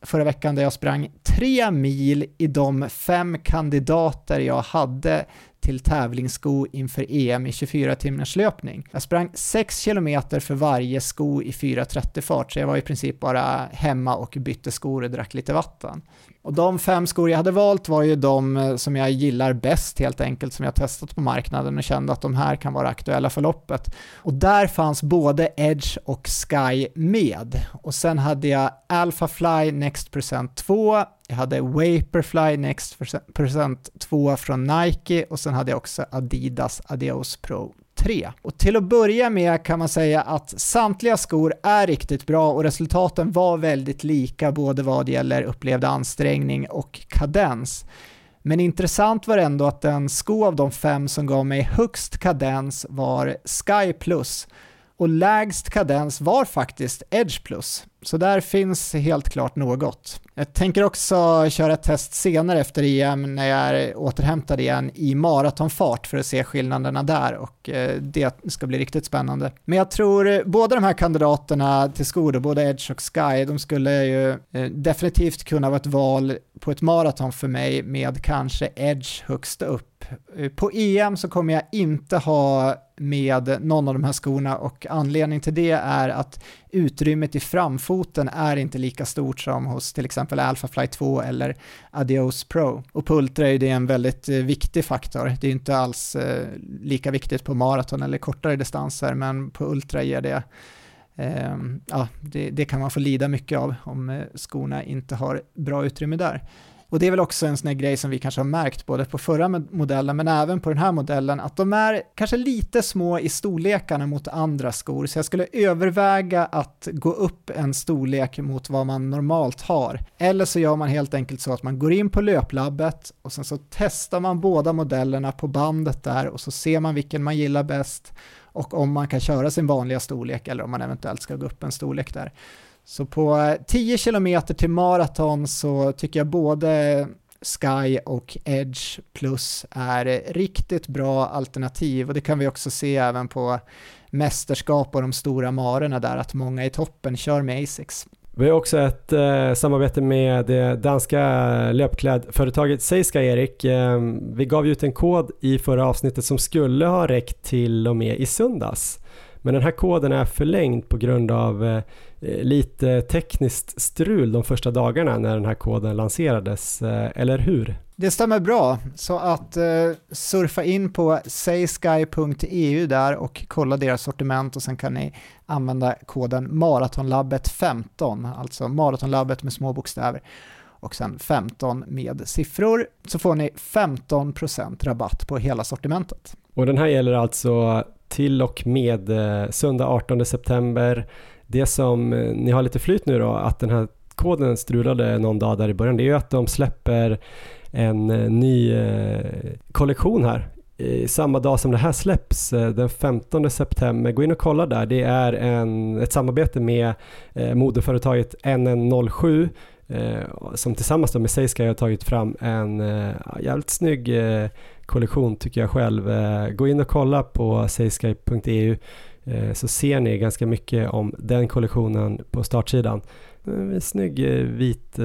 S3: förra veckan där jag sprang tre mil i de fem kandidater jag hade till tävlingssko inför E M i tjugofyra timmars löpning. Jag sprang sex kilometer för varje sko i fyra trettio fart, så jag var i princip bara hemma och bytte skor och drack lite vatten. Och de fem skor jag hade valt var ju de som jag gillar bäst helt enkelt, som jag testat på marknaden och kände att de här kan vara aktuella för loppet. Och där fanns både Edge och Sky med. Och sen hade jag Alphafly Next Percent två, jag hade Vaporfly Next Percent två från Nike och sen hade jag också Adidas Adios Pro tre. Och till att börja med kan man säga att samtliga skor är riktigt bra och resultaten var väldigt lika både vad gäller upplevd ansträngning och kadens. Men intressant var ändå att den sko av de fem som gav mig högst kadens var Sky Plus och lägst kadens var faktiskt Edge Plus. Så där finns helt klart något. Jag tänker också köra ett test senare efter E M när jag är återhämtad igen i maratonfart för att se skillnaderna där och det ska bli riktigt spännande. Men jag tror båda de här kandidaterna till skor, både Edge och Sky, de skulle ju definitivt kunna vara ett val på ett maraton för mig med kanske Edge högst upp. På E M så kommer jag inte ha med någon av de här skorna och anledning till det är att utrymmet i framfoten är inte lika stort som hos till exempel Alphafly två eller Adios Pro. Och på Ultra är det en väldigt viktig faktor. Det är inte alls eh, lika viktigt på maraton eller kortare distanser, men på Ultra ger det eh, ja, det, det kan man få lida mycket av om eh, skorna inte har bra utrymme där. Och det är väl också en sån här grej som vi kanske har märkt både på förra modellen men även på den här modellen, att de är kanske lite små i storlekarna mot andra skor. Så jag skulle överväga att gå upp en storlek mot vad man normalt har. Eller så gör man helt enkelt så att man går in på löplabbet och sen så testar man båda modellerna på bandet där och så ser man vilken man gillar bäst och om man kan köra sin vanliga storlek eller om man eventuellt ska gå upp en storlek där. Så på tio kilometer till maraton så tycker jag både Sky och Edge Plus är riktigt bra alternativ och det kan vi också se även på mästerskap och de stora marerna där att många i toppen kör med Asics.
S2: Vi har också ett eh, samarbete med det danska löpklädföretaget Seiska, Erik. Eh, vi gav ut en kod i förra avsnittet som skulle ha räckt till och med i söndags. Men den här koden är förlängd på grund av eh, lite tekniskt strul de första dagarna när den här koden lanserades, eh, eller hur?
S3: Det stämmer bra, så att eh, surfa in på saysky punkt e u där och kolla deras sortiment och sen kan ni använda koden maratonlabbet femton, alltså maratonlabbet med små bokstäver och sen femton med siffror, så får ni femton procent rabatt på hela sortimentet.
S2: Och den här gäller alltså till och med eh, söndag artonde september. Det som eh, ni har lite flyt nu då, att den här koden strulade någon dag där i början, det är ju att de släpper en eh, ny eh, kollektion här. I samma dag som det här släpps, eh, den femtonde september. Gå in och kolla där. Det är en, ett samarbete med eh, modeföretaget N N noll sju eh, som tillsammans då med Seiska har tagit fram en eh, jävligt snygg eh, kollektion tycker jag själv. Gå in och kolla på saysky punkt e u så ser ni ganska mycket om den kollektionen på startsidan. En snygg vit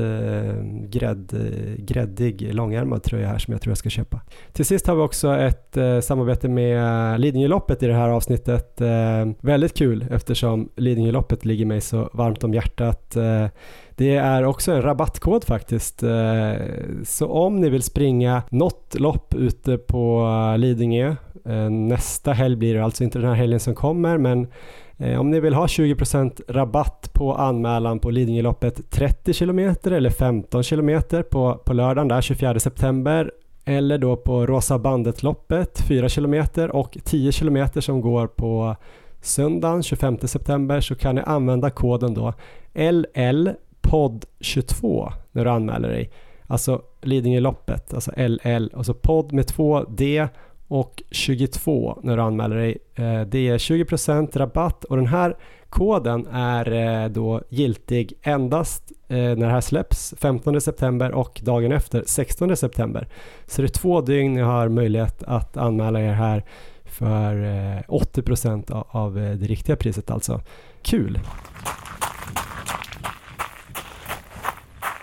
S2: grädd, gräddig långärmad tröja här som jag tror jag ska köpa. Till sist har vi också ett samarbete med Lidingöloppet i det här avsnittet. Väldigt kul eftersom Lidingöloppet ligger mig så varmt om hjärtat. Det är också en rabattkod faktiskt. Så om ni vill springa något lopp ute på Lidingö, nästa helg blir det alltså inte den här helgen som kommer, men om ni vill ha tjugo procent rabatt på anmälan på Lidingöloppet trettio kilometer eller femton kilometer på, på lördagen där tjugofjärde september, eller då på Rosa bandet-loppet fyra kilometer och tio kilometer som går på söndagen tjugofemte september, så kan ni använda koden då L L P O D tjugotvå när du anmäler dig. Alltså Lidingöloppet, alltså L L, alltså podd med två D och tjugotvå när du anmäler dig. Det är tjugo procent rabatt och den här koden är då giltig endast när det här släpps femtonde september och dagen efter sextonde september. Så det är två dygn ni har möjlighet att anmäla er här för åttio procent av det riktiga priset alltså. Kul!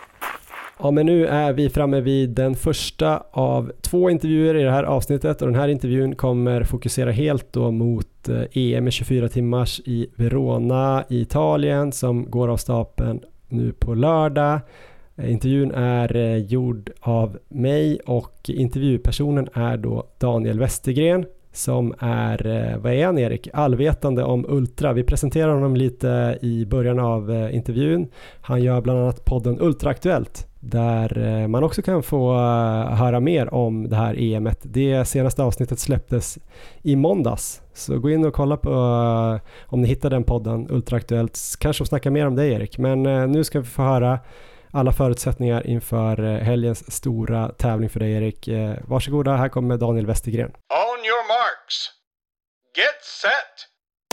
S2: Ja, men nu är vi framme vid den första av två intervjuer i det här avsnittet, och den här intervjun kommer fokusera helt då mot E M i tjugofyra timmars i Verona i Italien som går av stapeln nu på lördag. Intervjun är gjord av mig och intervjupersonen är då Daniel Westergren som är, vad är han Erik? Allvetande om ultra. Vi presenterar honom lite i början av intervjun. Han gör bland annat podden Ultraaktuellt där man också kan få höra mer om det här E M:et. Det senaste avsnittet släpptes i måndags. Så gå in och kolla på om ni hittar den podden Ultraaktuellt. Kanske snacka mer om det Erik. Men nu ska vi få höra alla förutsättningar inför helgens stora tävling för dig Erik. Varsågoda, här kommer Daniel Westergren.
S1: On your marks. Get set.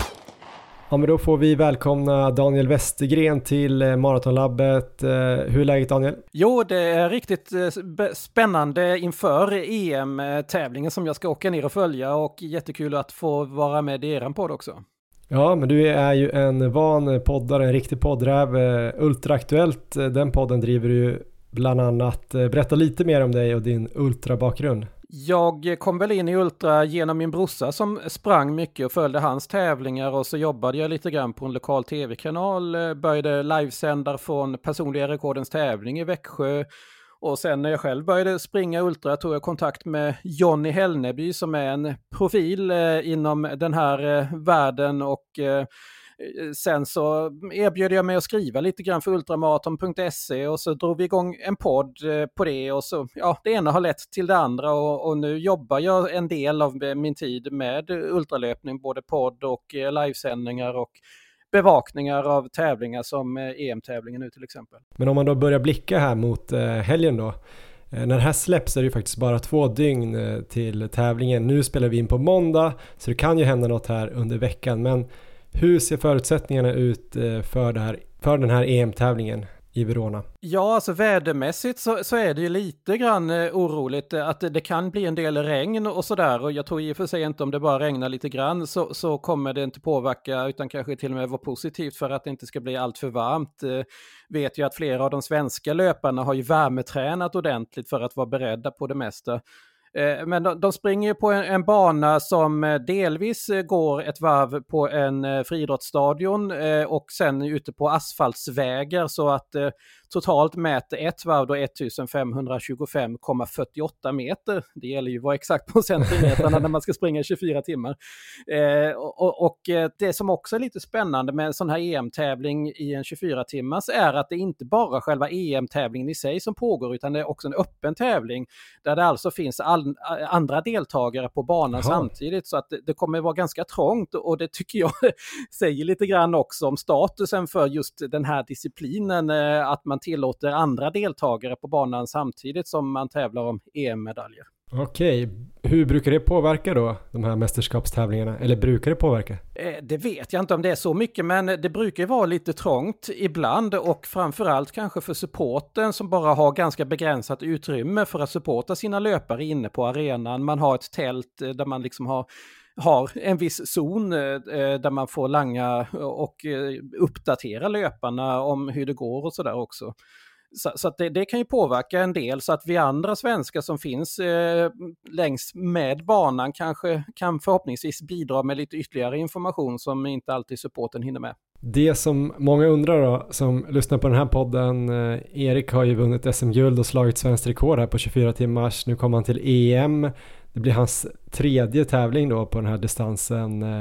S2: Ja, men då får vi välkomna Daniel Westergren till Maratonlabbet. Hur är läget Daniel?
S4: Jo, det är riktigt spännande inför E M-tävlingen som jag ska åka ner och följa och jättekul att få vara med i eran podd också.
S2: Ja, men du är ju en van poddare, en riktig poddräv. Ultraaktuellt, den podden driver du bland annat. Berätta lite mer om dig och din ultrabakgrund.
S4: Jag kom väl in i ultra genom min brorsa som sprang mycket och följde hans tävlingar, och så jobbade jag lite grann på en lokal tv-kanal, började livesändar från personliga rekordens tävling i Växjö. Och sen när jag själv började springa ultra tog jag kontakt med Johnny Hellneby som är en profil eh, inom den här eh, världen, och eh, sen så erbjöd jag mig att skriva lite grann för ultramaraton punkt se, och så drog vi igång en podd eh, på det, och så ja, det ena har lett till det andra, och, och nu jobbar jag en del av min tid med ultralöpning, både podd och eh, livesändningar och bevakningar av tävlingar som E M-tävlingen nu till exempel.
S2: Men om man då börjar blicka här mot eh, helgen då. Eh, när det här släpps är det ju faktiskt bara två dygn eh, till tävlingen. Nu spelar vi in på måndag så det kan ju hända något här under veckan. Men hur ser förutsättningarna ut eh, för, det här, för den här E M-tävlingen i Verona?
S4: Ja, alltså vädermässigt så, så är det ju lite grann eh, oroligt att det, det kan bli en del regn och sådär, och jag tror i och för sig inte om det bara regnar lite grann så, så kommer det inte påverka, utan kanske till och med vara positivt för att det inte ska bli allt för varmt. Eh, vet ju att flera av de svenska löparna har ju värmetränat ordentligt för att vara beredda på det mesta. Men de, de springer på en, en bana som delvis går ett varv på en friidrottsstadion eh, och sen ute på asfaltsvägar, så att eh, totalt mäter ett varv då femtonhundratjugofem komma fyrtioåtta meter. Det gäller ju att vara exakt på centimeterna när man ska springa tjugofyra timmar. Eh, och, och det som också är lite spännande med en sån här E M-tävling i en tjugofyra timmars är att det inte bara själva E M-tävlingen i sig som pågår, utan det är också en öppen tävling där det alltså finns all, andra deltagare på banan Aha. samtidigt, så att det, det kommer vara ganska trångt, och det tycker jag säger lite grann också om statusen för just den här disciplinen, eh, att man tillåter andra deltagare på banan samtidigt som man tävlar om E M-medaljer.
S2: Okej, hur brukar det påverka då de här mästerskapstävlingarna? Eller brukar det påverka?
S4: Eh, det vet jag inte om det är så mycket, men det brukar vara lite trångt ibland, och framförallt kanske för supporten som bara har ganska begränsat utrymme för att supporta sina löpare inne på arenan. Man har ett tält där man liksom har har en viss zon eh, där man får langa och eh, uppdatera löparna om hur det går och sådär också. Så, så att det, det kan ju påverka en del, så att vi andra svenskar som finns eh, längs med banan kanske kan förhoppningsvis bidra med lite ytterligare information som inte alltid supporten hinner med.
S2: Det som många undrar då, som lyssnar på den här podden, eh, Erik har ju vunnit S M-guld och slagit svenskt rekord här på tjugofyra timmars. Nu kommer han till E M. Det blir hans tredje tävling då på den här distansen. Eh,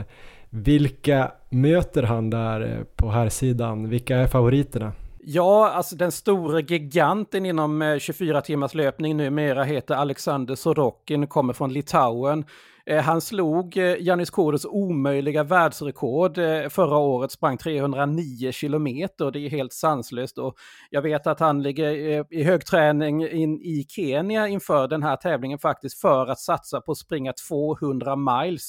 S2: vilka möter han där på här sidan? Vilka är favoriterna?
S4: Ja, alltså den stora giganten inom tjugofyra timmars löpning numera heter Alexander Sorokin, kommer från Litauen. Han slog Janis Kordas omöjliga världsrekord förra året, sprang trehundranio kilometer. Det är helt sanslöst, och jag vet att han ligger i högträning in i Kenya inför den här tävlingen faktiskt, för att satsa på att springa tvåhundra miles,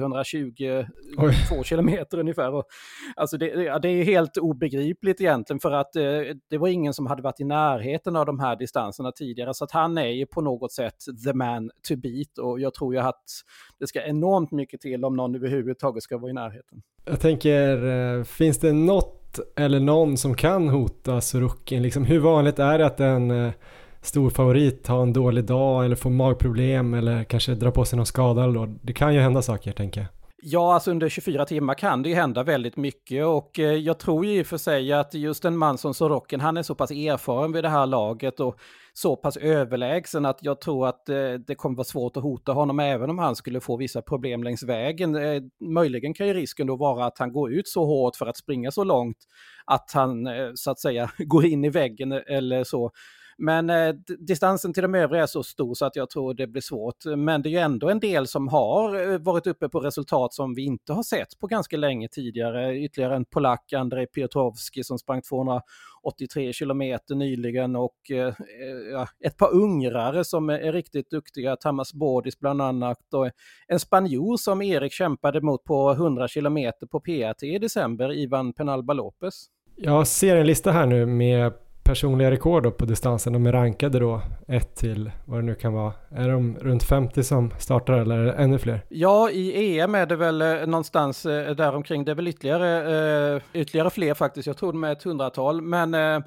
S4: trehundratjugotvå kilometer ungefär. Och alltså det, det är helt obegripligt egentligen, för att det var ingen som hade varit i närheten av de här distanserna tidigare, så att han är ju på något sätt the man to beat, och jag tror ju att det ska enormt mycket till om någon överhuvudtaget ska vara i närheten.
S2: Jag tänker, finns det något något eller någon som kan hota Sorokin? Liksom, hur vanligt är det att en eh, stor favorit har en dålig dag eller får magproblem eller kanske drar på sig någon skada eller då? Det kan ju hända saker, tänker jag.
S4: Ja, alltså under tjugofyra timmar kan det ju hända väldigt mycket och eh, jag tror ju i och för sig att just en man som Sorokin, han är så pass erfaren vid det här laget och så pass överlägsen att jag tror att eh, det kommer vara svårt att hota honom även om han skulle få vissa problem längs vägen. Eh, möjligen kan ju risken då vara att han går ut så hårt för att springa så långt att han eh, så att säga går in i väggen eller så. Men eh, distansen till de övriga är så stor så att jag tror det blir svårt. Men det är ju ändå en del som har eh, varit uppe på resultat som vi inte har sett på ganska länge tidigare. Ytterligare en polack, Andrej Piotrowski, som sprang tvåhundraåttiotre kilometer nyligen och eh, eh, ett par ungrare som är riktigt duktiga, Tamas Bodis bland annat, och en spanjor som Erik kämpade mot på hundra kilometer på P R T i december, Ivan Penalba Lopez.
S2: Jag ser en lista här nu med personliga rekord då på distansen. De är rankade då ett till vad det nu kan vara. Är de runt femtio som startar eller är det ännu fler?
S4: Ja, i E M är det väl eh, någonstans eh, däromkring. Det är väl ytterligare, eh, ytterligare fler faktiskt. Jag tror de är ett hundratal. Men eh,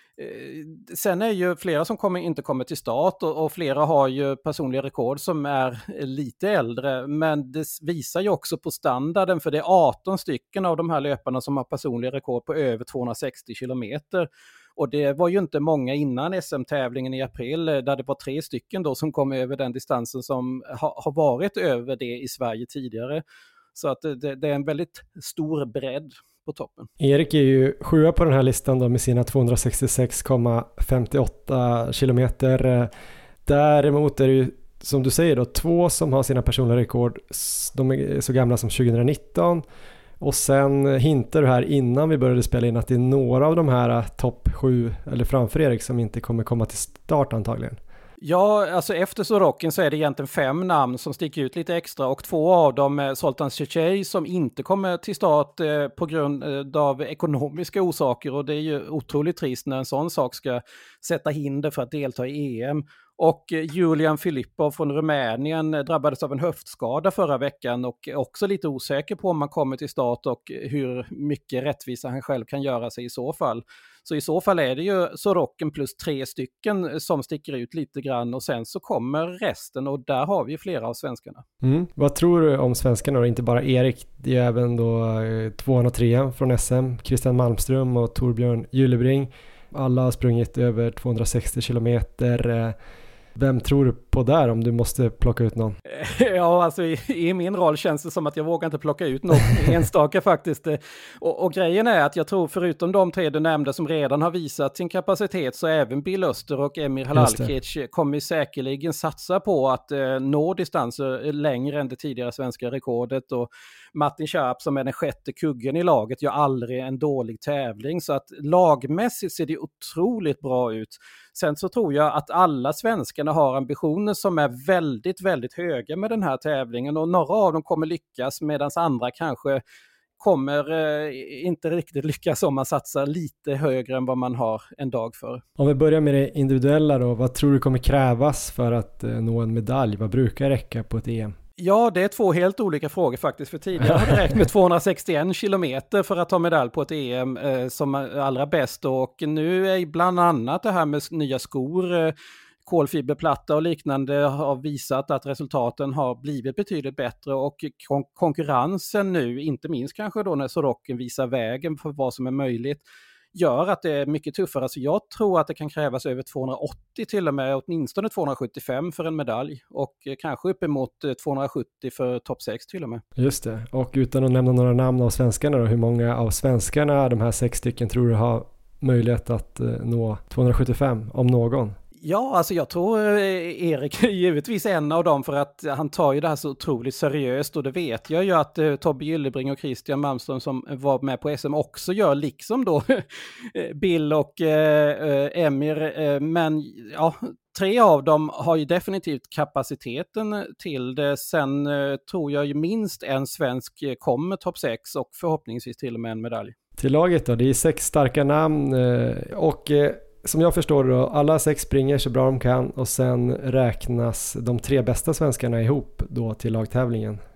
S4: sen är ju flera som kommer, inte kommer till start och, och flera har ju personliga rekord som är lite äldre. Men det visar ju också på standarden, för det är arton stycken av de här löparna som har personliga rekord på över tvåhundrasextio kilometer. Och det var ju inte många innan S M-tävlingen i april där det var tre stycken då som kom över den distansen som ha, har varit över det i Sverige tidigare. Så att det, det är en väldigt stor bredd på toppen.
S2: Erik är ju sjua på den här listan då med sina tvåhundrasextiosex komma femtioåtta kilometer. Däremot är det ju, som du säger då, två som har sina personliga rekord. De är så gamla som tjugonitton. Och sen hintar du här innan vi började spela in att det är några av de här topp sju eller framför Erik som inte kommer komma till start antagligen.
S4: Ja, alltså efter Sorokin så är det egentligen fem namn som sticker ut lite extra och två av dem är Zoltan Cecei som inte kommer till start eh, på grund av ekonomiska orsaker, och det är ju otroligt trist när en sån sak ska sätta hinder för att delta i E M. Och Julian Filippov från Rumänien drabbades av en höftskada förra veckan och är också lite osäker på om man kommer till start och hur mycket rättvisa han själv kan göra sig i så fall. Så i så fall är det ju Sorokin plus tre stycken som sticker ut lite grann och sen så kommer resten och där har vi ju flera av svenskarna.
S2: Mm. Vad tror du om svenskarna då? Inte bara Erik, det är även då tvåhundratre från S M, Christian Malmström och Torbjörn Gyllebring. Alla har sprungit över tvåhundrasextio kilometer. Vem tror du på där om du måste plocka ut någon?
S4: Ja, alltså i, i min roll känns det som att jag vågar inte plocka ut något enstaka faktiskt. Och, och grejen är att jag tror förutom de tre du nämnde som redan har visat sin kapacitet så även Bill Öster och Emir Halalkic kommer säkerligen satsa på att eh, nå distanser längre än det tidigare svenska rekordet. Och Martin Sharp som är den sjätte kuggen i laget gör aldrig en dålig tävling, så att lagmässigt ser det otroligt bra ut. Sen så tror jag att alla svenskarna har ambitioner som är väldigt, väldigt höga med den här tävlingen och några av dem kommer lyckas medan andra kanske kommer eh, inte riktigt lyckas om man satsar lite högre än vad man har en dag för. Om
S2: vi börjar med det individuella då, vad tror du kommer krävas för att eh, nå en medalj? Vad brukar räcka på ett E M?
S4: Ja, det är två helt olika frågor faktiskt, för tidigare har det räckt med tvåhundrasextioen kilometer för att ta medalj på ett E M eh, som allra bäst, och nu är bland annat det här med nya skor, eh, kolfiberplatta och liknande har visat att resultaten har blivit betydligt bättre och kon- konkurrensen nu, inte minst kanske då när Sorokin visar vägen för vad som är möjligt, gör att det är mycket tuffare. Så jag tror att det kan krävas över tvåhundraåttio till och med åtminstone tvåhundrasjuttiofem för en medalj och kanske uppemot tvåhundrasjuttio för topp sex till och med.
S2: Just det, och utan att nämna några namn av svenskarna då, hur många av svenskarna, de här sex stycken, tror du har möjlighet att nå tvåhundrasjuttiofem om någon?
S4: Ja, alltså jag tror Erik är givetvis en av dem, för att han tar ju det här så otroligt seriöst, och det vet jag ju att uh, Tobbe Gyllebring och Christian Malmström som var med på S M också gör, liksom då Bill och uh, uh, Emir, uh, men ja, tre av dem har ju definitivt kapaciteten till det. Sen uh, tror jag ju minst en svensk kommer topp sex och förhoppningsvis till och med en medalj.
S2: Till laget då, det är sex starka namn uh, och uh, som jag förstår då, alla sex springer så bra de kan och sen räknas de tre bästa svenskarna ihop då till lagtävlingen.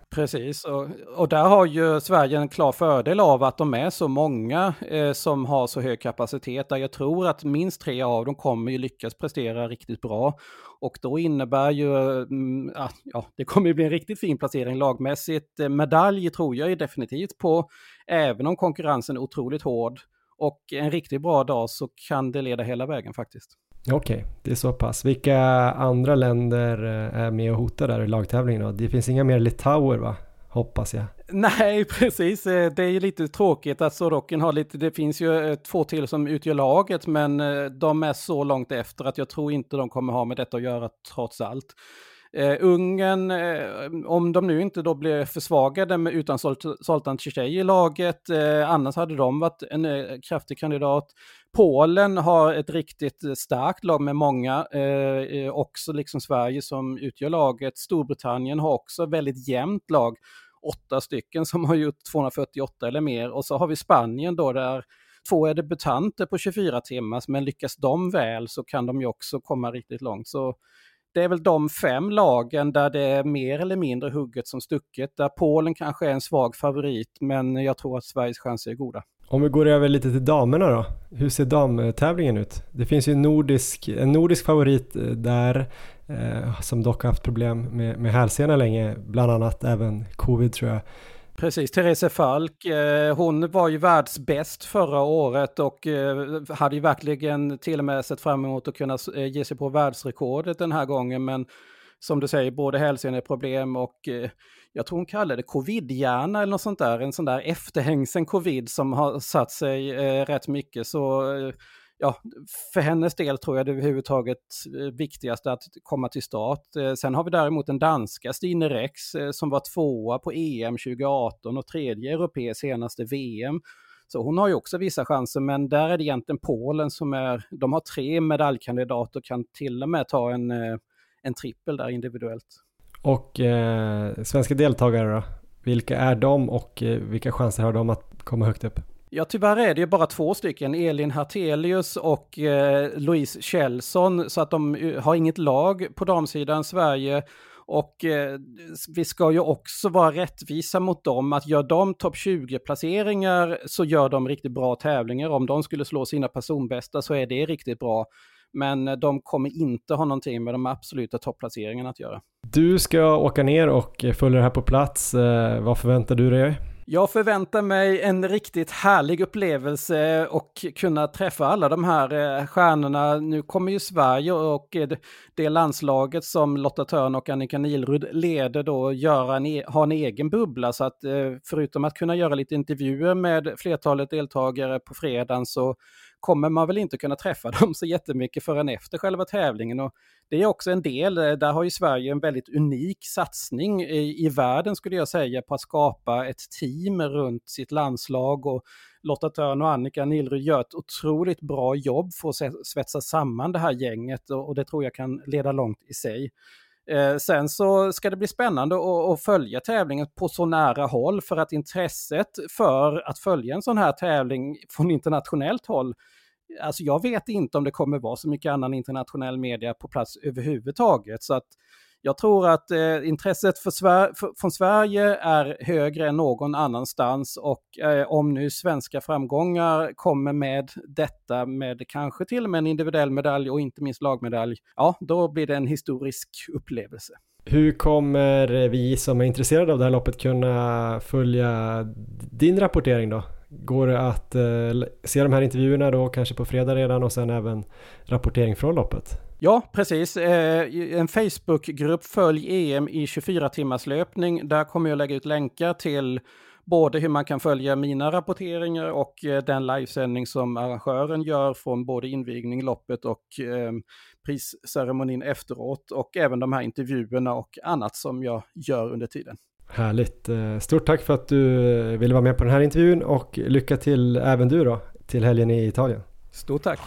S4: Precis, och, och där har ju Sverige en klar fördel av att de är så många eh, som har så hög kapacitet. Där jag tror att minst tre av dem kommer ju lyckas prestera riktigt bra. Och då innebär ju mm, att ja, det kommer ju bli en riktigt fin placering lagmässigt. Medalj tror jag är definitivt på, även om konkurrensen är otroligt hård. Och en riktigt bra dag så kan det leda hela vägen faktiskt.
S2: Okej, okay, det är så pass. Vilka andra länder är med och hotar där i lagtävlingen då? Det finns inga mer litauer, va? Hoppas jag.
S4: Nej, precis. Det är ju lite tråkigt att Sorokin har lite, det finns ju två till som utgör laget, men de är så långt efter att jag tror inte de kommer ha med detta att göra trots allt. Uh, Ungern, uh, om de nu inte då blir försvagade med, utan Zoltan Cicei i laget, uh, annars hade de varit en uh, kraftig kandidat. Polen har ett riktigt starkt lag med många, uh, uh, också liksom Sverige som utgör laget. Storbritannien har också väldigt jämnt lag, åtta stycken som har gjort tvåhundrafyrtioåtta eller mer, och så har vi Spanien då där två är debutanter på tjugofyra timmar, men lyckas de väl så kan de ju också komma riktigt långt. Så det är väl de fem lagen där det är mer eller mindre hugget som stucket. Där Polen kanske är en svag favorit, men jag tror att Sveriges chanser är goda.
S2: Om vi går över lite till damerna då. Hur ser damtävlingen ut? Det finns ju en nordisk, en nordisk favorit där eh, som dock har haft problem med, med hälsena länge. Bland annat även covid tror jag.
S4: Precis, Therese Falk, eh, hon var ju världsbäst förra året och eh, hade ju verkligen till och med sett fram emot att kunna eh, ge sig på världsrekordet den här gången, men som du säger, både hälseneproblem och eh, jag tror hon kallade det covid-hjärna eller något sånt där, en sån där efterhängsen covid som har satt sig eh, rätt mycket, så eh, ja, för hennes del tror jag det överhuvudtaget viktigaste att komma till start. Sen har vi däremot den danska Stine Rex som var tvåa på E M tjugo arton och tredje europeisk senaste V M. Så hon har ju också vissa chanser, men där är det egentligen Polen som är, de har tre medaljkandidater och kan till och med ta en, en trippel där individuellt.
S2: Och eh, svenska deltagare då? Vilka är de och eh, vilka chanser har de att komma högt upp?
S4: Ja, tyvärr är det ju bara två stycken, Elin Hartelius och eh, Louise Kjellson, så att de har inget lag på damsidan Sverige, och eh, vi ska ju också vara rättvisa mot dem, att gör de topp tjugo-placeringar så gör de riktigt bra tävlingar. Om de skulle slå sina personbästa så är det riktigt bra, men de kommer inte ha någonting med de absoluta topplaceringarna att göra.
S2: Du ska åka ner och följa det här på plats. Eh, vad förväntar du dig?
S4: Jag förväntar mig en riktigt härlig upplevelse och kunna träffa alla de här stjärnorna. Nu kommer ju Sverige och det landslaget som Lotta Törn och Annika Nilrud leder då göra en, ha en egen bubbla, så att förutom att kunna göra lite intervjuer med flertalet deltagare på fredagen så kommer man väl inte kunna träffa dem så jättemycket förrän efter själva tävlingen, och det är också en del, där har ju Sverige en väldigt unik satsning i, i världen skulle jag säga, på att skapa ett team runt sitt landslag, och Lotta Törn och Annika Nilrud gör ett otroligt bra jobb för att svetsa samman det här gänget, och, och det tror jag kan leda långt i sig. Eh, sen så ska det bli spännande att, att följa tävlingen på så nära håll, för att intresset för att följa en sån här tävling från internationellt håll, alltså jag vet inte om det kommer vara så mycket annan internationell media på plats överhuvudtaget, så att jag tror att eh, intresset för Sver- för, från Sverige är högre än någon annanstans, och eh, om nu svenska framgångar kommer med detta, med kanske till och med en individuell medalj och inte minst lagmedalj, ja då blir det en historisk upplevelse.
S2: Hur kommer vi som är intresserade av det här loppet kunna följa din rapportering då? Går det att eh, se de här intervjuerna då kanske på fredag redan, och sen även rapportering från loppet?
S4: Ja, precis. En Facebookgrupp Följ E M i tjugofyra timmars löpning. Där kommer jag lägga ut länkar till både hur man kan följa mina rapporteringar och den livesändning som arrangören gör från både invigning, loppet och eh, prisceremonin efteråt, och även de här intervjuerna och annat som jag gör under tiden.
S2: Härligt. Stort tack för att du ville vara med på den här intervjun, och lycka till även du då till helgen i Italien.
S4: Stort tack.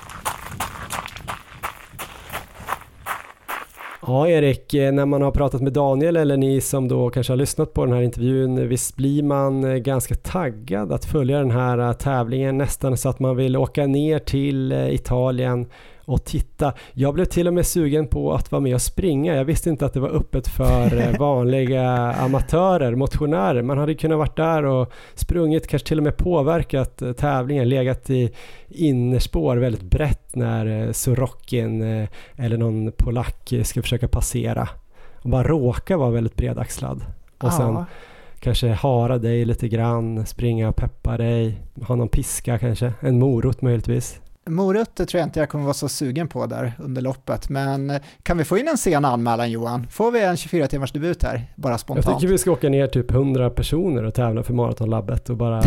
S2: Ja, Erik, när man har pratat med Daniel, eller ni som då kanske har lyssnat på den här intervjun, visst blir man ganska taggad att följa den här tävlingen, nästan så att man vill åka ner till Italien och titta. Jag blev till och med sugen på att vara med och springa. Jag visste inte att det var öppet för vanliga amatörer, motionärer. Man hade kunnat varit där och sprungit, kanske till och med påverkat tävlingen, legat i innerspår väldigt brett när Sorokin eller någon polack ska försöka passera. Och bara råka vara väldigt bredaxlad. Och sen
S3: Ja.
S2: kanske hara dig lite grann, springa och peppa dig, ha någon piska kanske, en morot möjligtvis.
S3: Morot tror jag inte jag kommer vara så sugen på där under loppet, men kan vi få in en sen anmälan, Johan? Får vi en tjugofyra timmars debut här, bara spontant?
S2: Jag tycker vi ska åka ner typ hundra personer och tävla för Maratonlabbet och bara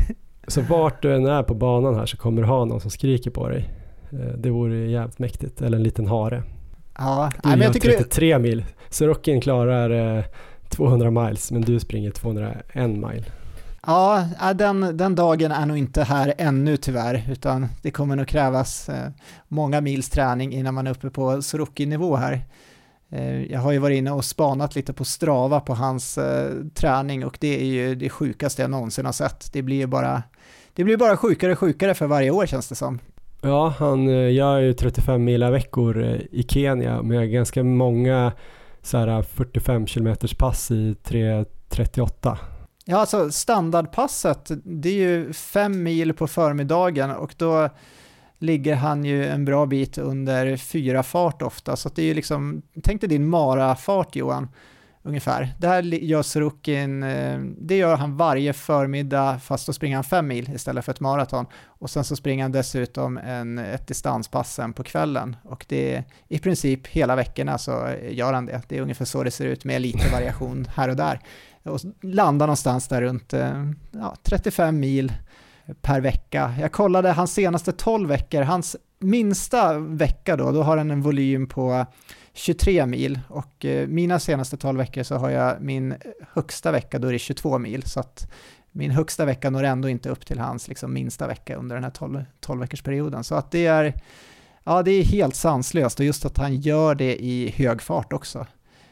S2: så vart du än är på banan här så kommer du ha någon som skriker på dig. Det vore jävligt mäktigt, eller en liten hare.
S3: Ja,
S2: Du
S3: nej, men
S2: gör
S3: jag tycker
S2: trettiotre mil, så Rocken klarar eh, tvåhundra miles, men du springer tvåhundraen mile.
S3: Ja, den, den dagen är nog inte här ännu tyvärr, utan det kommer nog krävas eh, många mils träning innan man är uppe på Sorokin-nivå här. Eh, jag har ju varit inne och spanat lite på Strava på hans eh, träning, och det är ju det sjukaste jag någonsin har sett. Det blir ju bara, det blir bara sjukare och sjukare för varje år, känns det som.
S2: Ja, han eh, gör ju trettiofem mila veckor eh, i Kenya med ganska många så här fyrtiofem kilometers pass i tre trettioåtta.
S3: Ja, alltså standardpasset, det är ju fem mil på förmiddagen, och då ligger han ju en bra bit under fyra fart ofta. Så att det är ju liksom, tänk dig din marafart, Johan, ungefär. Det här gör Sorokin, det gör han varje förmiddag, fast då springer han fem mil istället för ett maraton. Och sen så springer han dessutom en, ett distanspass sen på kvällen. Och det är i princip hela veckorna så gör han det. Det är ungefär så det ser ut, med lite variation här och där. Och landar någonstans där runt ja, trettiofem mil per vecka. Jag kollade hans senaste tolv veckor, hans minsta vecka då, då har han en volym på tjugotre mil, och eh, mina senaste tolv veckor så har jag min högsta vecka, då är det tjugotvå mil, så att min högsta vecka når ändå inte upp till hans liksom minsta vecka under den här tolv, tolv veckors perioden. Så att det är, ja, det är helt sanslöst, och just att han gör det i hög fart också.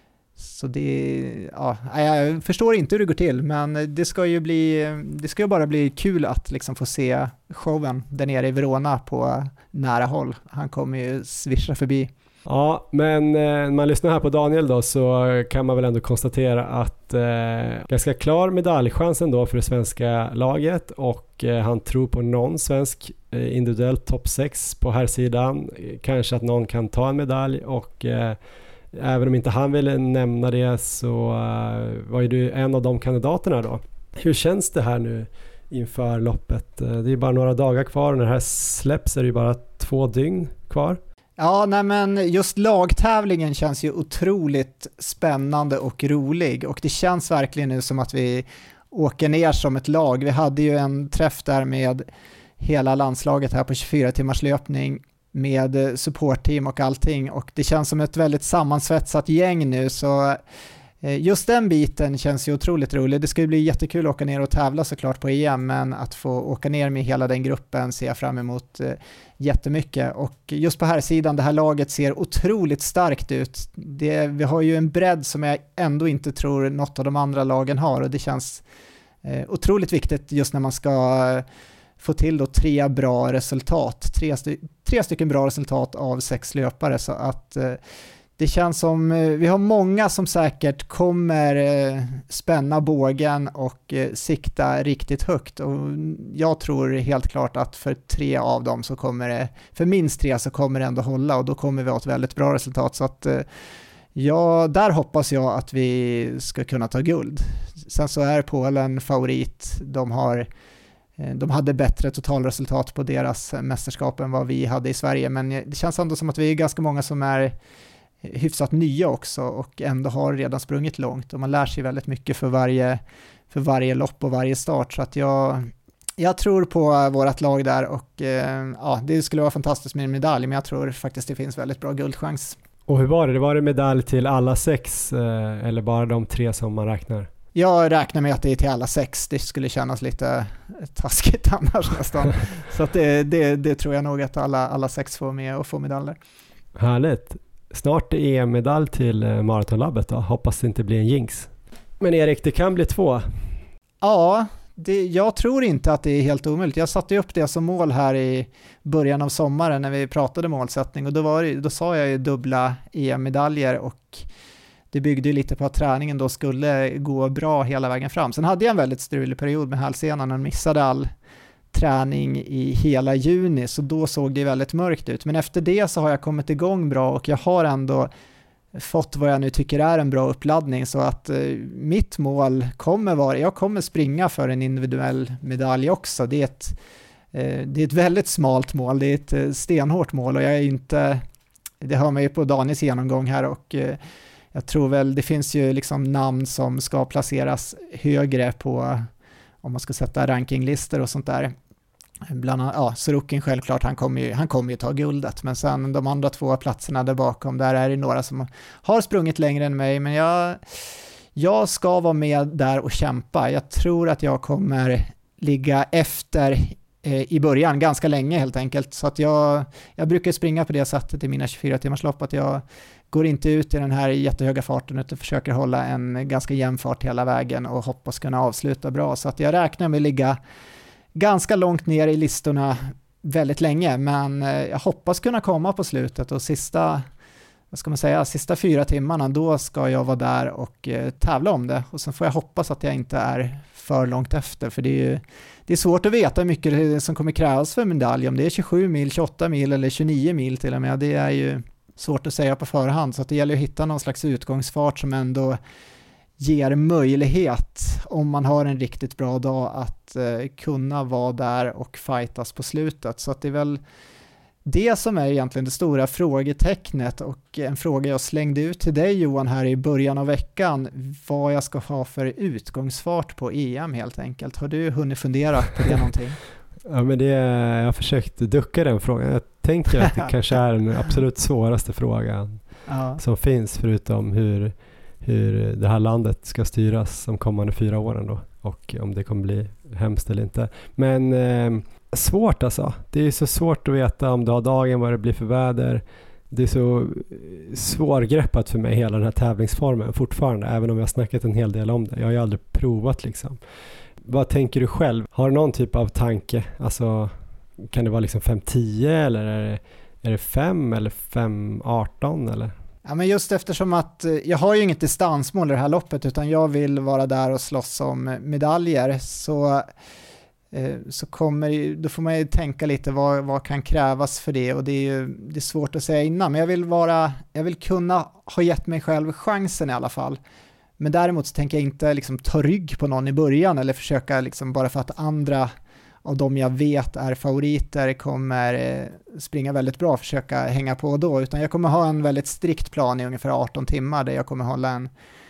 S3: Så det, ja, jag förstår inte hur det går till, men det ska ju bli, det ska ju bara bli kul att liksom få se showen där nere i Verona på nära håll. Han kommer ju svischa förbi.
S2: Ja, men eh, när man lyssnar här på Daniel då, så kan man väl ändå konstatera att eh, ganska klar medaljchansen då för det svenska laget, och eh, han tror på någon svensk eh, individuell topp sex på här sidan. Kanske att någon kan ta en medalj, och eh, även om inte han ville nämna det så uh, var ju du en av de kandidaterna då. Hur känns det här nu inför loppet? Uh, det är bara några dagar kvar, och när det här släpps är det ju bara två dygn kvar.
S3: Ja, nej, men just lagtävlingen känns ju otroligt spännande och rolig, och det känns verkligen nu som att vi åker ner som ett lag. Vi hade ju en träff där med hela landslaget här på tjugofyra timmars löpning med supportteam och allting, och det känns som ett väldigt sammansvetsat gäng nu, så just den biten känns ju otroligt rolig. Det ska ju bli jättekul att åka ner och tävla såklart på E M, men att få åka ner med hela den gruppen ser jag fram emot jättemycket. Och just på här sidan, det här laget ser otroligt starkt ut. Det, vi har ju en bredd som jag ändå inte tror något av de andra lagen har, och det känns eh, otroligt viktigt just när man ska få till då tre bra resultat, tre, sty- tre stycken bra resultat av sex löpare, så att eh, det känns som eh, vi har många som säkert kommer eh, spänna bågen och eh, sikta riktigt högt, och jag tror helt klart att för tre av dem så kommer det, för minst tre så kommer det ändå hålla, och då kommer vi ha ett väldigt bra resultat, så att eh, ja, där hoppas jag att vi ska kunna ta guld. Sen så är Polen favorit, de har De hade bättre totalresultat på deras mästerskap än vad vi hade i Sverige, men det känns ändå som att vi är ganska många som är hyfsat nya också och ändå har redan sprungit långt, och man lär sig väldigt mycket för varje, för varje lopp och varje start, så att jag, jag tror på vårt lag där, och eh, ja, det skulle vara fantastiskt med en medalj, men jag tror faktiskt det finns väldigt bra guldchans.
S2: Och hur var det? Det var det medalj till alla sex eh, eller bara de tre som man räknar?
S3: Jag räknar med att det är till alla sex. Det skulle kännas lite taskigt annars nästan. Så att det, det, det tror jag nog att alla, alla sex får med och får medaljer.
S2: Härligt. Snart är E M-medalj till Maratonlabbet då. Hoppas det inte blir en jinx. Men Erik, det kan bli två.
S3: Ja, det, jag tror inte att det är helt omöjligt. Jag satte upp det som mål här i början av sommaren när vi pratade målsättning och då, var det, då sa jag ju dubbla E M-medaljer och det byggde ju lite på att träningen då skulle gå bra hela vägen fram. Sen hade jag en väldigt strulig period med hälsenan och missade all träning i hela juni, så då såg det väldigt mörkt ut. Men efter det så har jag kommit igång bra och jag har ändå fått vad jag nu tycker är en bra uppladdning, så att eh, mitt mål kommer vara, jag kommer springa för en individuell medalj också. Det är ett, eh, det är ett väldigt smalt mål, det är ett eh, stenhårt mål och jag är inte, det hör man ju på Daniels genomgång här och eh, jag tror väl det finns ju liksom namn som ska placeras högre på, om man ska sätta rankinglistor och sånt där. Bland annat, ja, Sorokin självklart, han kommer ju, han kommer ju ta guldet, men sen de andra två platserna där bakom, där är det några som har sprungit längre än mig, men jag, jag ska vara med där och kämpa. Jag tror att jag kommer ligga efter eh, i början ganska länge helt enkelt, så att jag, jag brukar springa på det sättet i mina tjugofyra timmars lopp, att jag går inte ut i den här jättehöga farten utan försöker hålla en ganska jämn fart hela vägen och hoppas kunna avsluta bra, så att jag räknar med att ligga ganska långt ner i listorna väldigt länge, men jag hoppas kunna komma på slutet och sista, vad ska man säga, sista fyra timmarna, då ska jag vara där och eh, tävla om det, och sen får jag hoppas att jag inte är för långt efter, för det är ju, det är svårt att veta hur mycket det som kommer krävas för medalj, om det är tjugosju mil, tjugoåtta mil eller tjugonio mil till och med, det är ju svårt att säga på förhand, så att det gäller att hitta någon slags utgångsfart som ändå ger möjlighet, om man har en riktigt bra dag, att eh, kunna vara där och fightas på slutet. Så att det är väl det som är egentligen det stora frågetecknet, och en fråga jag slängde ut till dig Johan här i början av veckan, vad jag ska ha för utgångsfart på E M helt enkelt. Har du hunnit fundera på det någonting?
S2: Ja, men det, jag har försökt ducka den frågan. Jag tänker att det kanske är den absolut svåraste frågan ja. som finns, förutom hur hur det här landet ska styras de kommande fyra åren då, och om det kommer bli hemskt eller inte. Men eh, svårt alltså. Det är så svårt att veta om dag dagen vad det blir för väder. Det är så svårgreppat för mig hela den här tävlingsformen fortfarande, även om jag har snackat en hel del om det. Jag har ju aldrig provat liksom. Vad tänker du själv? Har du någon typ av tanke? Alltså, kan det vara liksom fem tio eller är det, är det fem eller fem arton eller?
S3: Ja, men just eftersom att jag har ju inget distansmål i det här loppet, utan jag vill vara där och slåss om medaljer, så, eh, så kommer, då får man ju tänka lite vad, vad kan krävas för det, och det är ju det är svårt att säga innan, men jag vill, vara, jag vill kunna ha gett mig själv chansen i alla fall. Men däremot så tänker jag inte liksom ta rygg på någon i början, eller försöka liksom bara för att andra av de jag vet är favoriter kommer eh, springa väldigt bra, försöka hänga på då, utan jag kommer ha en väldigt strikt plan i ungefär arton timmar där jag kommer hålla en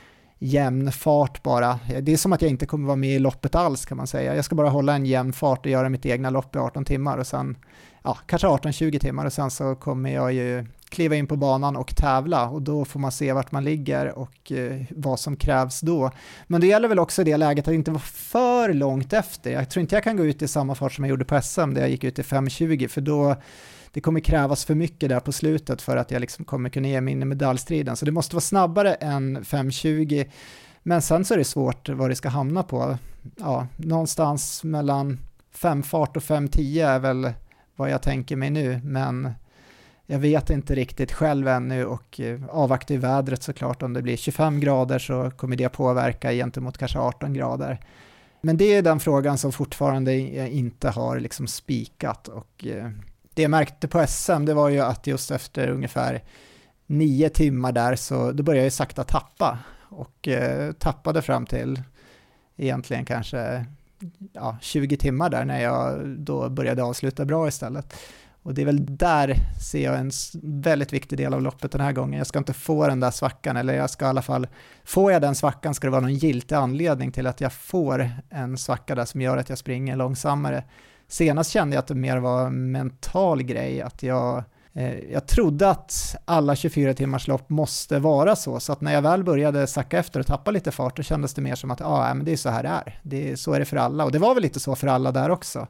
S3: jämn fart bara. Det är som att jag inte kommer vara med i loppet alls kan man säga. Jag ska bara hålla en jämn fart och göra mitt egna lopp i arton timmar och sen, ja, kanske arton tjugo timmar, och sen så kommer jag ju kliva in på banan och tävla, och då får man se vart man ligger och eh, vad som krävs då. Men det gäller väl också i det läget att inte vara för långt efter. Jag tror inte jag kan gå ut i samma fart som jag gjorde på S M där jag gick ut i fem tjugo, för då det kommer krävas för mycket där på slutet för att jag liksom kommer kunna ge mig in i medaljstriden. Så det måste vara snabbare än fem tjugo, men sen så är det svårt vad det ska hamna på. Ja, någonstans mellan fem fart och fem tio är väl vad jag tänker mig nu, men jag vet inte riktigt själv ännu, och avvaktar i vädret såklart. Om det blir tjugofem grader så kommer det påverka gentemot kanske arton grader. Men det är den frågan som fortfarande inte har liksom spikat, och det jag märkte på S M det var ju att just efter ungefär nio timmar där så då började jag sakta tappa, och eh, tappade fram till egentligen kanske ja, tjugo timmar där när jag då började avsluta bra istället. Och det är väl där ser jag en väldigt viktig del av loppet den här gången. Jag ska inte få den där svackan, eller jag ska i alla fall, får jag den svackan ska det vara någon giltig anledning till att jag får en svacka där som gör att jag springer långsammare. Senast kände jag att det mer var en mental grej, att jag, eh, jag trodde att alla tjugofyra timmars lopp måste vara så, så att när jag väl började sacka efter och tappa lite fart, då kändes det mer som att ah, men det är så här det är. Det är, så är det för alla, och det var väl lite så för alla där också.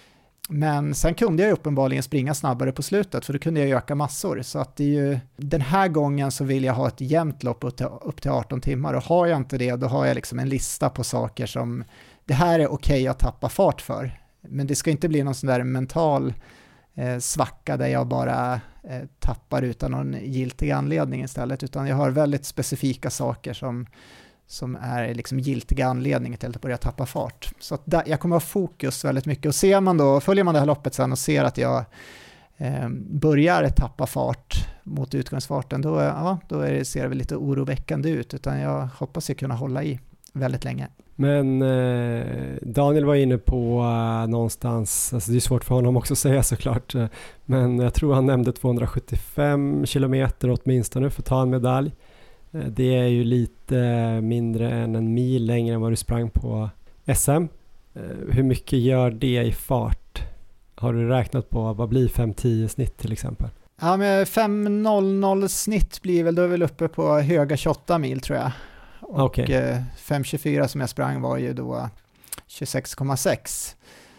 S3: Men sen kunde jag ju uppenbarligen springa snabbare på slutet, för då kunde jag öka massor. Så att det är ju, den här gången så vill jag ha ett jämnt lopp upp till, upp till arton timmar, och har jag inte det, då har jag liksom en lista på saker som det här är okej att tappa fart för. Men det ska inte bli någon sån där mental eh, svacka där jag bara eh, tappar utan någon giltig anledning istället, utan jag har väldigt specifika saker som, som är liksom giltiga anledningar till att börja tappa fart. Så att där, jag kommer ha fokus väldigt mycket, och ser man då, följer man det här loppet sen och ser att jag eh, börjar tappa fart mot utgångsfarten, då, ja, då är det, ser det väl lite oroväckande ut, utan jag hoppas jag kunna hålla i väldigt länge.
S2: Men eh, Daniel var inne på uh, någonstans, alltså det är svårt för honom också att säga såklart, uh, men jag tror han nämnde tvåhundrasjuttiofem kilometer åtminstone för att ta en medalj. Uh, det är ju lite mindre än en mil längre än vad du sprang på S M. Uh, hur mycket gör det i fart? Har du räknat på vad blir fem tio snitt till exempel?
S3: Ja, men fem noll noll snitt blir väl, då är väl uppe på höga tjugoåtta mil tror jag. Och okay. fem tjugofyra som jag sprang var ju då tjugosex komma sex.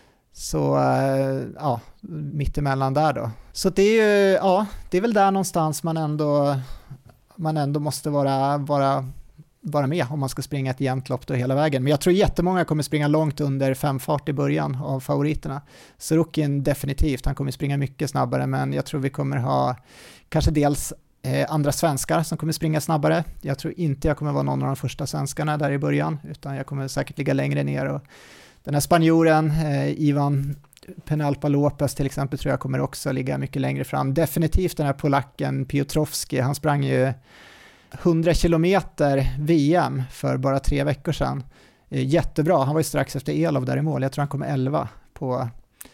S3: Så ja, mittemellan där då. Så det är ju, ja, det är väl där någonstans man ändå, man ändå måste vara, vara, vara med om man ska springa ett jämnt lopp då hela vägen. Men jag tror jättemånga kommer springa långt under femfart i början av favoriterna. Sorokin definitivt, han kommer springa mycket snabbare, men jag tror vi kommer ha kanske dels Eh, andra svenskar som kommer springa snabbare. Jag tror inte jag kommer vara någon av de första svenskarna där i början, utan jag kommer säkert ligga längre ner. Och den här spanjoren, eh, Ivan Penalpa Lopez till exempel, tror jag kommer också ligga mycket längre fram. Definitivt den här polacken Piotrowski, han sprang ju hundra kilometer V M för bara tre veckor sedan. Eh, jättebra, han var ju strax efter Elov där i mål. Jag tror han kom elva på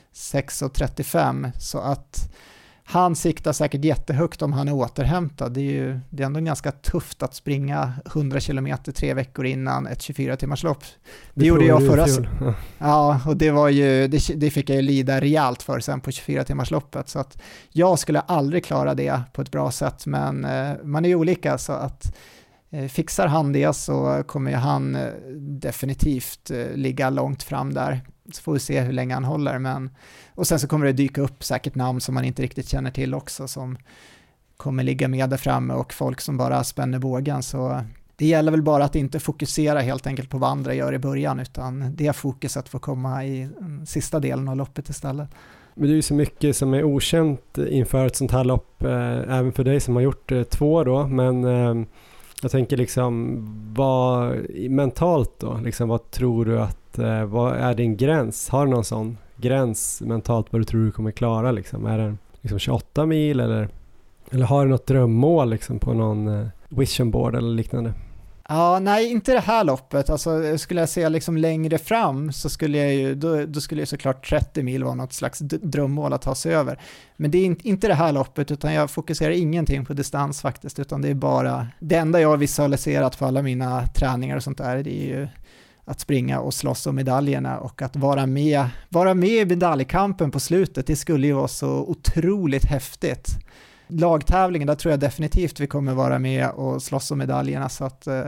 S3: sex trettiofem, så att han siktar säkert jättehögt om han är återhämtad. Det är ju det är ändå ganska tufft att springa hundra kilometer tre veckor innan ett tjugofyra timmars lopp. Det, det gjorde jag förra ja. ja, och det var ju det, det fick jag ju lida rejält för sen på tjugofyra timmars loppet, så att jag skulle aldrig klara det på ett bra sätt, men eh, man är ju olika, så att eh, fixar han det så kommer han eh, definitivt eh, ligga långt fram där. Så får vi se hur länge han håller, men och sen så kommer det dyka upp säkert namn som man inte riktigt känner till också, som kommer ligga med där framme, och folk som bara spänner bågen. Så det gäller väl bara att inte fokusera helt enkelt på vad andra gör i början, utan det är fokus att få komma i sista delen av loppet istället.
S2: Men det är ju så mycket som är okänt inför ett sånt här lopp, eh, även för dig som har gjort eh, två då, men eh, jag tänker liksom, vad mentalt då, liksom, vad tror du att, eh, vad är din gräns? Har du någon sån gräns mentalt vad du tror du kommer klara liksom? Är det liksom tjugoåtta mil eller, eller har du något drömmål liksom på någon eh, vision board eller liknande?
S3: Ja, nej, inte det här loppet. Alltså, skulle jag se liksom längre fram så skulle jag ju, då, då skulle jag såklart trettio mil vara något slags d- drömmål att ta sig över. Men det är in, inte det här loppet, utan jag fokuserar ingenting på distans faktiskt, utan det är bara, det enda jag har visualiserat för alla mina träningar och sånt där, det är ju att springa och slåss om medaljerna, och att vara med, vara med i medaljkampen på slutet. Det skulle ju vara så otroligt häftigt. Lagtävlingen, där tror jag definitivt vi kommer vara med och slåss om medaljerna, så att eh,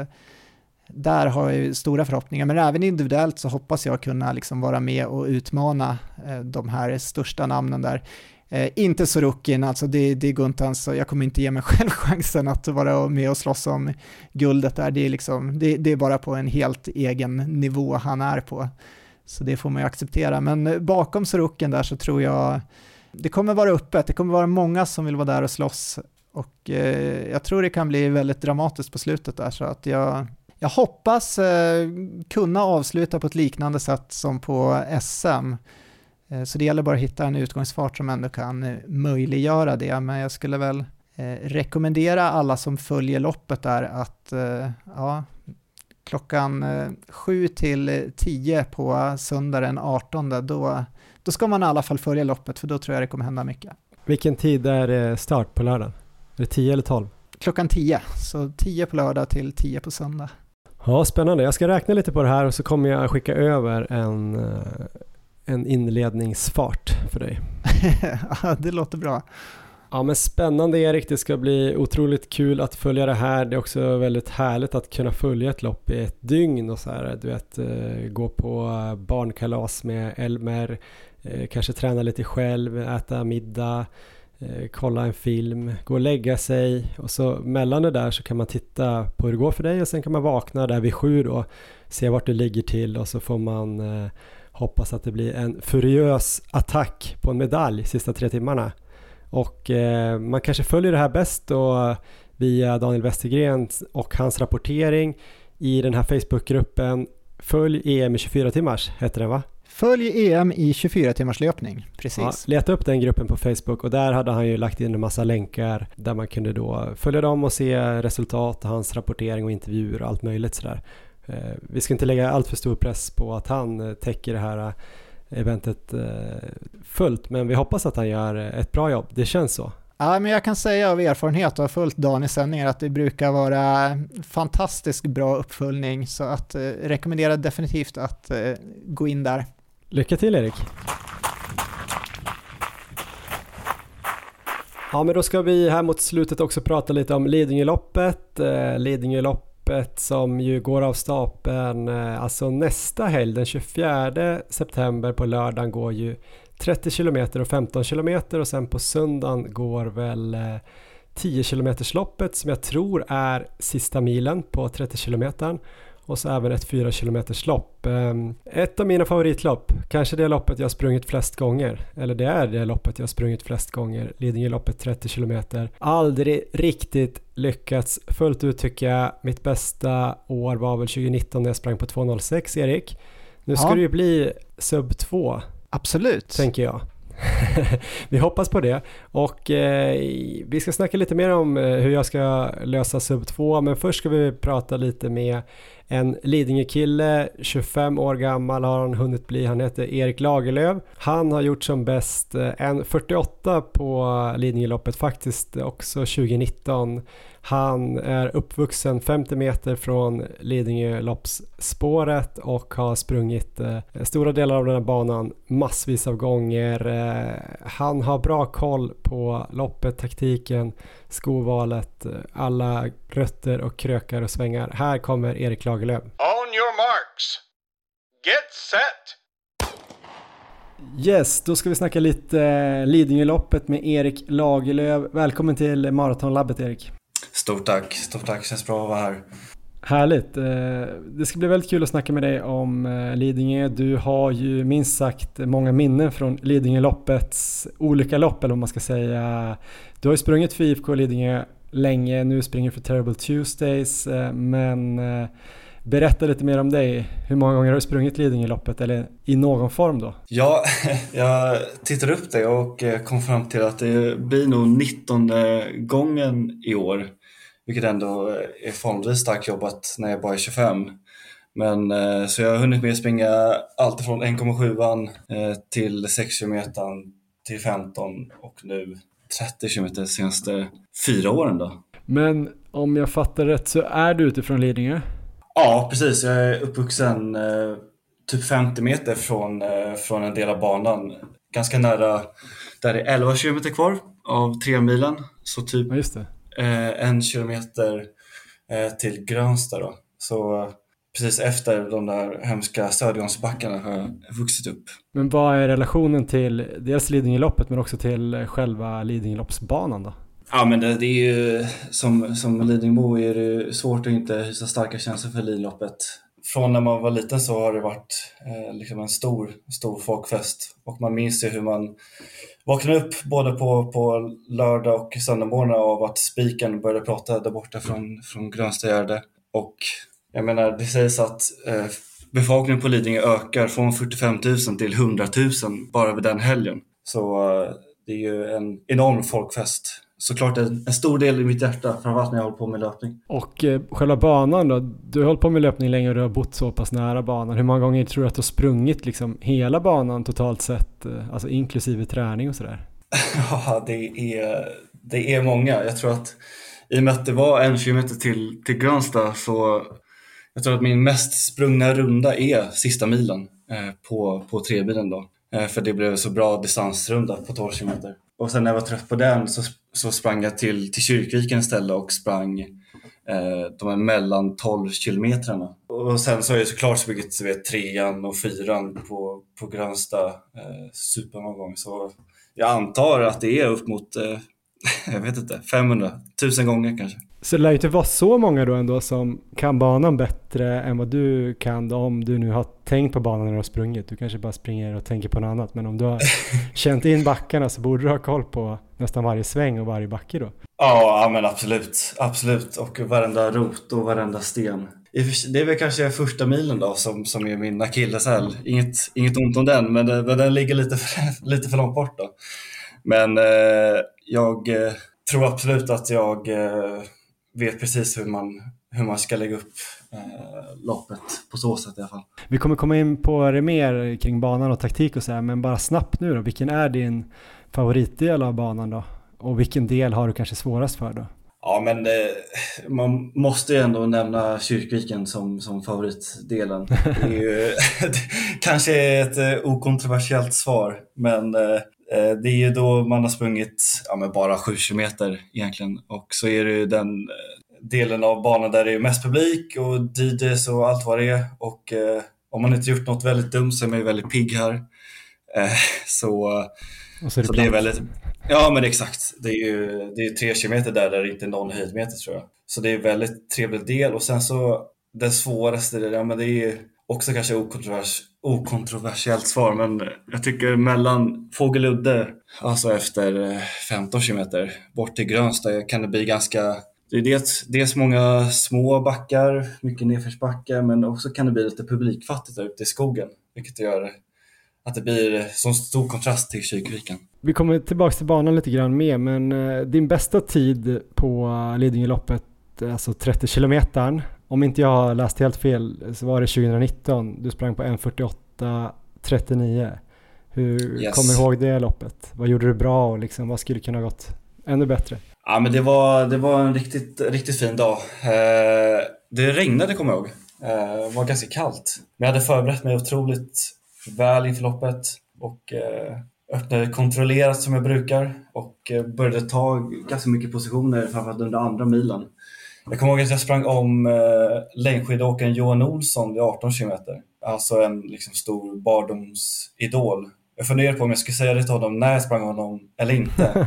S3: där har jag ju stora förhoppningar, men även individuellt så hoppas jag kunna liksom vara med och utmana eh, de här största namnen där. Eh, inte Sorokin, alltså det, det går inte ens, jag kommer inte ge mig själv chansen att vara med och slåss om guldet där. Det är, liksom, det, det är bara på en helt egen nivå han är på, så det får man ju acceptera. Men bakom Sorokin där så tror jag det kommer vara öppet, det kommer vara många som vill vara där och slåss, och eh, jag tror det kan bli väldigt dramatiskt på slutet där, så att jag, jag hoppas eh, kunna avsluta på ett liknande sätt som på S M. Eh, så det gäller bara att hitta en utgångsfart som ändå kan eh, möjliggöra det, men jag skulle väl eh, rekommendera alla som följer loppet där att eh, ja, klockan eh, sju till tio på söndag den artonde, då Då ska man i alla fall följa loppet, för då tror jag det kommer hända mycket.
S2: Vilken tid är start på lördag? Är det tio eller tolv?
S3: Klockan tio, så tio på lördag till tio på söndag.
S2: Ja, spännande. Jag ska räkna lite på det här och så kommer jag skicka över en, en inledningsfart för dig.
S3: Ja, det låter bra.
S2: Ja, men spännande Erik, det ska bli otroligt kul att följa det här. Det är också väldigt härligt att kunna följa ett lopp i ett dygn och så här, du vet, gå på barnkalas med Elmer, kanske träna lite själv, äta middag, eh, kolla en film, gå och lägga sig och så mellan det där så kan man titta på hur det går för dig och sen kan man vakna där vid sju då, se vart du ligger till och så får man eh, hoppas att det blir en furiös attack på en medalj sista tre timmarna. Och eh, man kanske följer det här bäst då via Daniel Westergren och hans rapportering i den här Facebookgruppen Följ E M i tjugofyra timmars, heter den va?
S3: Följ E M i tjugofyra timmars löpning, precis.
S2: Ja, leta upp den gruppen på Facebook och där hade han ju lagt in en massa länkar där man kunde då följa dem och se resultat, hans rapportering och intervjuer och allt möjligt sådär. Eh, vi ska inte lägga allt för stor press på att han täcker det här eventet eh, fullt, men vi hoppas att han gör ett bra jobb, det känns så.
S3: Ja, men jag kan säga av erfarenhet och har följt Dan i sändningar att det brukar vara fantastiskt bra uppföljning, så att eh, rekommenderar definitivt att eh, gå in där.
S2: Lycka till Erik! Ja, men då ska vi här mot slutet också prata lite om Lidingöloppet. Eh, Lidingöloppet som ju går av stapeln, eh, alltså nästa helg den tjugofjärde september på lördagen går ju trettio kilometer och femton kilometer och sen på söndagen går väl eh, tio kilometers loppet som jag tror är sista milen på trettio kilometer och så även ett fyra kilometers lopp. Eh, ett av mina favoritlopp, kanske det loppet jag har sprungit flest gånger, eller det är det loppet jag har sprungit flest gånger, Lidingöloppet trettio kilometer. Aldrig riktigt lyckats fullt ut tycker jag. Mitt bästa år var väl tjugonitton när jag sprang på två noll sex, Erik. Nu ska
S3: Ja.
S2: det ju bli sub två.
S3: Absolut.
S2: Tänker jag. Vi hoppas på det. Och eh, vi ska snacka lite mer om eh, hur jag ska lösa sub två. Men först ska vi prata lite med en Lidingö-kille. tjugofem år gammal har han hunnit bli. Han heter Erik Lagerlöf. Han har gjort som bäst eh, en fyrtioåtta på Lidingöloppet faktiskt också tjugonitton. Han är uppvuxen femtio meter från Lidingöloppsspåret och har sprungit eh, stora delar av den här banan massvis av gånger. Eh, han har bra koll på loppet, taktiken, skovalet, alla rötter och krökar och svängar. Här kommer Erik Lagerlöf.
S1: On your marks. Get set.
S2: Yes, då ska vi snacka lite Lidingöloppet med Erik Lagerlöf. Välkommen till Maratonlabbet, Erik.
S5: Stort tack, stort tack. Känns bra att vara här.
S2: Härligt. Det ska bli väldigt kul att snacka med dig om Lidingö. Du har ju minst sagt många minnen från Lidingöloppets olika lopp, eller vad man ska säga. Du har ju sprungit för I F K Lidingö länge, nu springer du för Terrible Tuesdays, men berätta lite mer om dig. Hur många gånger har du sprungit Lidingöloppet, eller i någon form då?
S5: Ja, jag tittade upp det och kom fram till att det blir nog nittonde gången i år. Vilket ändå är förhållandevis starkt jobbat när jag bara är tjugofem. Men så jag har hunnit med att springa allt från en komma sju till sex kilometer till femton och nu trettio kilometer de senaste fyra åren då.
S2: Men om jag fattar rätt så är du utifrån Lidingö?
S5: Ja, precis. Jag är uppvuxen eh, typ femtio meter från, eh, från en del av banan. Ganska nära, där det är elva kilometer kvar av tre milen. Så typ
S2: Ja, just det.
S5: Eh, en kilometer eh, till Grönsta då. Så eh, precis efter de där hemska Södergångsbackarna har jag vuxit upp.
S2: Men vad är relationen till dels Lidingöloppet men också till själva Lidingöloppsbanan då?
S5: Ja, men det, det är ju som, som Lidingöbo är det svårt att inte hysa starka känslor för Lidingöloppet. Från när man var liten så har det varit eh, liksom en stor, stor folkfest. Och man minns ju hur man vaknade upp både på, på lördag och söndagmorgon av att spiken började prata där borta från, från Grönstagärde. Och jag menar, det sägs att eh, befolkningen på Lidingö ökar från fyrtiofem tusen till hundra tusen bara över den helgen. Så eh, det är ju en enorm folkfest. Såklart en, en stor del i mitt hjärta, framförallt när jag håller på med löpning.
S2: Och eh, själva banan då? Du har hållit på med löpning länge och du har bott så pass nära banan. Hur många gånger tror du att du har sprungit liksom hela banan totalt sett? Eh, alltså inklusive träning och sådär?
S5: Ja, det är, det är många. Jag tror att i och med att det var en kilometer till, till Grönsta så jag tror att min mest sprungna runda är sista milen eh, på, på trebilen då. Eh, för det blev så bra distansrunda på tolv kilometer. Och sen när jag var trött på den så, så sprang jag till, till Kyrkviken istället och sprang eh, de här mellan tolv kilometrarna. Och sen så har jag såklart sprungit så vet, trean och fyran på, på Grönsta eh, supermånga gånger. Så jag antar att det är upp mot, eh, jag vet inte, femhundra tusen gånger kanske.
S2: Så det lär ju inte vara så många då ändå som kan banan bättre än vad du kan då, om du nu har tänkt på banan när du har sprungit. Du kanske bara springer och tänker på något annat, men om du har känt in backarna så borde du ha koll på nästan varje sväng och varje backe då.
S5: Ja, ja men absolut, absolut. Och varenda rot och varenda sten. Det är väl kanske första milen då som, som är min akilleshäl. Inget, inget ont om den, men, men den ligger lite för, lite för långt bort då. Men eh, jag eh, tror absolut att jag eh, vet precis hur man, hur man ska lägga upp eh, loppet på så sätt i alla fall.
S2: Vi kommer komma in på det mer kring banan och taktik och så här, men bara snabbt nu då. Vilken är din favoritdel av banan då? Och vilken del har du kanske svårast för då?
S5: Ja, men eh, man måste ju ändå nämna Kyrkviken som, som favoritdelen. Det är ju kanske ett eh, okontroversiellt svar, men eh, det är ju då man har sprungit ja, men bara sju kilometer egentligen. Och så är det ju den delen av banan där det är mest publik och D Js och allt vad det är. Och eh, om man inte gjort något väldigt dumt så är man ju väldigt pigg här. Eh, så...
S2: Och så är det,
S5: så det är väldigt, ja men exakt, det är ju det är tre kilometer där, där det inte är någon höjdmeter tror jag. Så det är väldigt trevlig del. Och sen så den svåraste, ja, men det är också kanske okontrovers, okontroversiellt svar, men jag tycker mellan Fågeludde, alltså efter femton kilometer bort till Grönsta, kan det bli ganska, det är dels, dels många små backar, mycket nedförsbackar, men också kan det bli lite publikfattigt där ute i skogen, vilket gör att det blir så stor kontrast till Kyrkviken.
S2: Vi kommer tillbaka till banan lite grann med, men eh, din bästa tid på Lidingöloppet, alltså trettio kilometer, om inte jag har läst helt fel så var det tjugonitton. Du sprang på en fyrtioåtta trettionio. Hur
S5: Yes.
S2: kommer du ihåg det loppet? Vad gjorde du bra och liksom, vad skulle kunna ha gått ännu bättre?
S5: Ja, men det var, det var en riktigt, riktigt fin dag. Eh, det regnade, kommer jag ihåg. Eh, det var ganska kallt. Men jag hade förberett mig otroligt väl inför loppet och eh, öppnade kontrollerat som jag brukar och eh, började ta ganska mycket positioner, framförallt under andra milen. Jag kommer ihåg att jag sprang om eh, längdskidåkaren Johan Olsson vid arton kilometer. Alltså en liksom stor barndomsidol. Jag funderade på om jag skulle säga det till honom när jag sprang honom eller inte.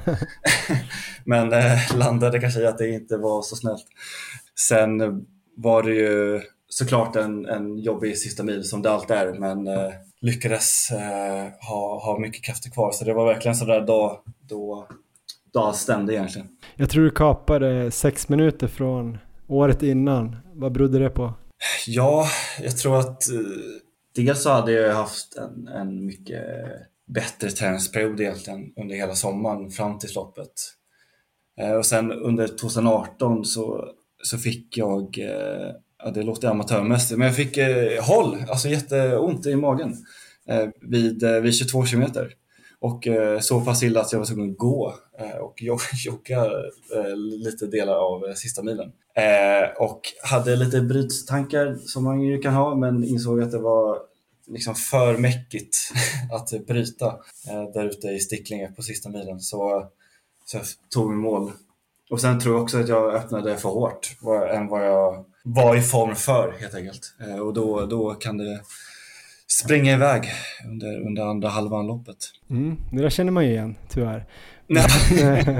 S5: Men eh, landade kanske i att det inte var så snällt. Sen var det ju såklart en, en jobbig sista mil som det alltid är, men eh, lyckades eh, ha, ha mycket krafter kvar. Så det var verkligen en sån där dag då, då allt stämde egentligen.
S2: Jag tror du kapade sex minuter från året innan. Vad berodde det på?
S5: Ja, jag tror att eh, dels så hade jag haft en, en mycket bättre träningsperiod egentligen under hela sommaren fram till loppet. Eh, och sen under tjugoarton så, så fick jag, eh, ja, det låter amatörmässigt, men jag fick eh, håll, alltså jätteont i magen eh, vid, eh, vid tjugotvå kilometer. Och eh, så pass illa att jag var tvungen att gå eh, och jogga eh, lite delar av eh, sista milen. Eh, och hade lite brytstankar som man ju kan ha, men insåg att det var liksom för mäckigt att bryta eh, där ute i Sticklinge på sista milen. Så, så jag tog mig mål. Och sen tror jag också att jag öppnade för hårt var, än vad jag var i form för, helt enkelt. Eh, och då, då kan det springa iväg under, under andra halvan loppet.
S2: Mm, det där känner man ju igen, tyvärr. Men,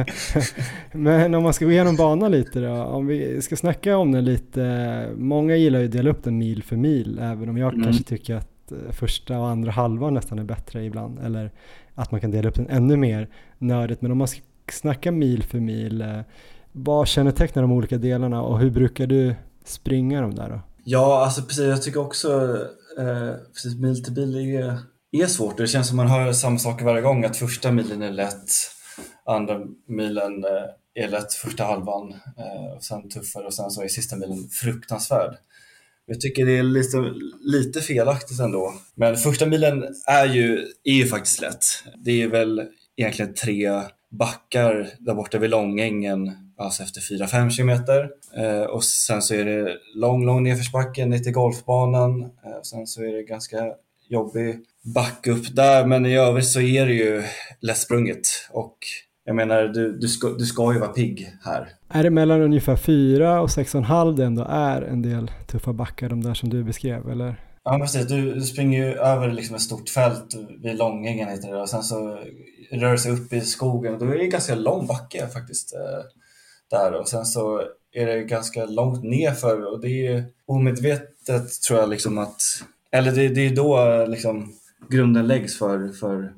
S2: men om man ska gå igenom banan lite då, om vi ska snacka om den lite, många gillar ju att dela upp den mil för mil, även om jag mm. kanske tycker att första och andra halvan nästan är bättre ibland, eller att man kan dela upp den ännu mer nördigt. Men om man ska snacka mil för mil, vad kännetecknar de olika delarna och hur brukar du springa dem där då?
S5: Ja, alltså precis, jag tycker också eh, precis, mil till bil är, är svårt. Det känns som man hör samma saker varje gång, att första milen är lätt, andra milen eh, är lätt, första halvan eh, och sen tuffare, och sen så är sista milen fruktansvärd. Jag tycker det är lite, lite felaktigt ändå. Men första milen är ju, är ju faktiskt lätt. Det är väl egentligen tre backar där borta vid Långängen, alltså efter fyra fem kilometer. Eh, och sen så är det lång, lång nedförsbacke ner till golfbanan. Eh, sen så är det ganska jobbig back upp där. Men i övrigt så är det ju lättsprunget. Och jag menar, du, du, ska, du ska ju vara pigg här.
S2: Är det mellan ungefär fyra och sex och en halv det ändå är en del tuffa backar, de där som du beskrev, eller?
S5: Ja, precis. Du, du springer ju över liksom ett stort fält vid Långängen heter det, och sen så rör det sig upp i skogen. Och då är det ganska lång backe faktiskt eh, där. Och sen så är det ganska långt nerför, och det är omedvetet tror jag liksom att... Eller det, det är då liksom grunden läggs för... för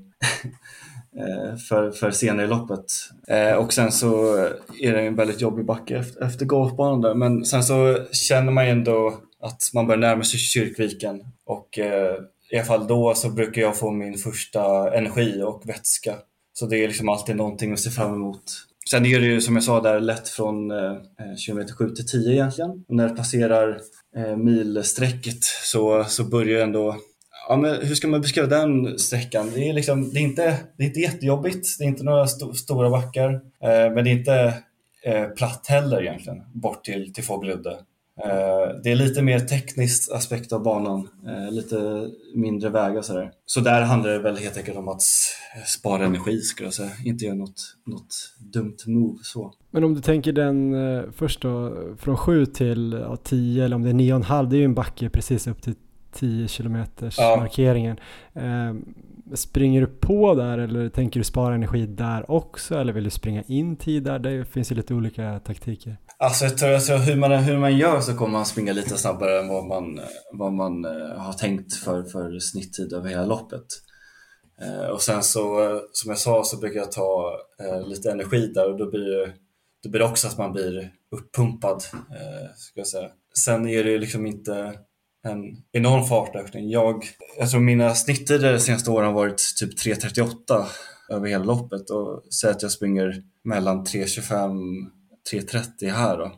S5: För, för senare i loppet. Eh, och sen så är det en väldigt jobbig backe efter, efter golfbanan där. Men sen så känner man ju ändå att man börjar närma sig Kyrkviken. Och eh, i alla fall då så brukar jag få min första energi och vätska. Så det är liksom alltid någonting att se fram emot. Sen är det ju som jag sa där lätt från eh, kilometer sju till tio egentligen. Och när det passerar eh, milsträcket så, så börjar ändå... Ja, men hur ska man beskriva den sträckan? Det är, liksom, det är, inte, det är inte jättejobbigt, det är inte några st- stora backar, eh, men det är inte eh, platt heller egentligen, bort till, till Fågeludde. Eh, det är lite mer tekniskt aspekt av banan, eh, lite mindre vägar och sådär. Så där handlar det väl helt enkelt om att spara energi, skulle jag säga. Inte göra något, något dumt move så.
S2: Men om du tänker den eh, först då, från sju till ja, tio, eller om det är nio och en halv, det är ju en backe precis upp till tio kilometers ja. markeringen. Eh, springer du på där eller tänker du spara energi där också, eller vill du springa in tid där? Det finns ju lite olika taktiker.
S5: Alltså jag tror, alltså, hur, man, hur man gör så kommer man springa lite snabbare än vad man, vad man uh, har tänkt för, för snitttid över hela loppet. Uh, och sen så, uh, som jag sa, så brukar jag ta uh, lite energi där, och då blir, då blir det också att man blir uppumpad, uh, ska jag säga. Sen är det liksom inte en enorm fartökning. Jag, jag tror mina snittider de senaste åren har varit typ tre trettioåtta över hela loppet, och säger att jag springer mellan tre tjugofem tre trettio här då.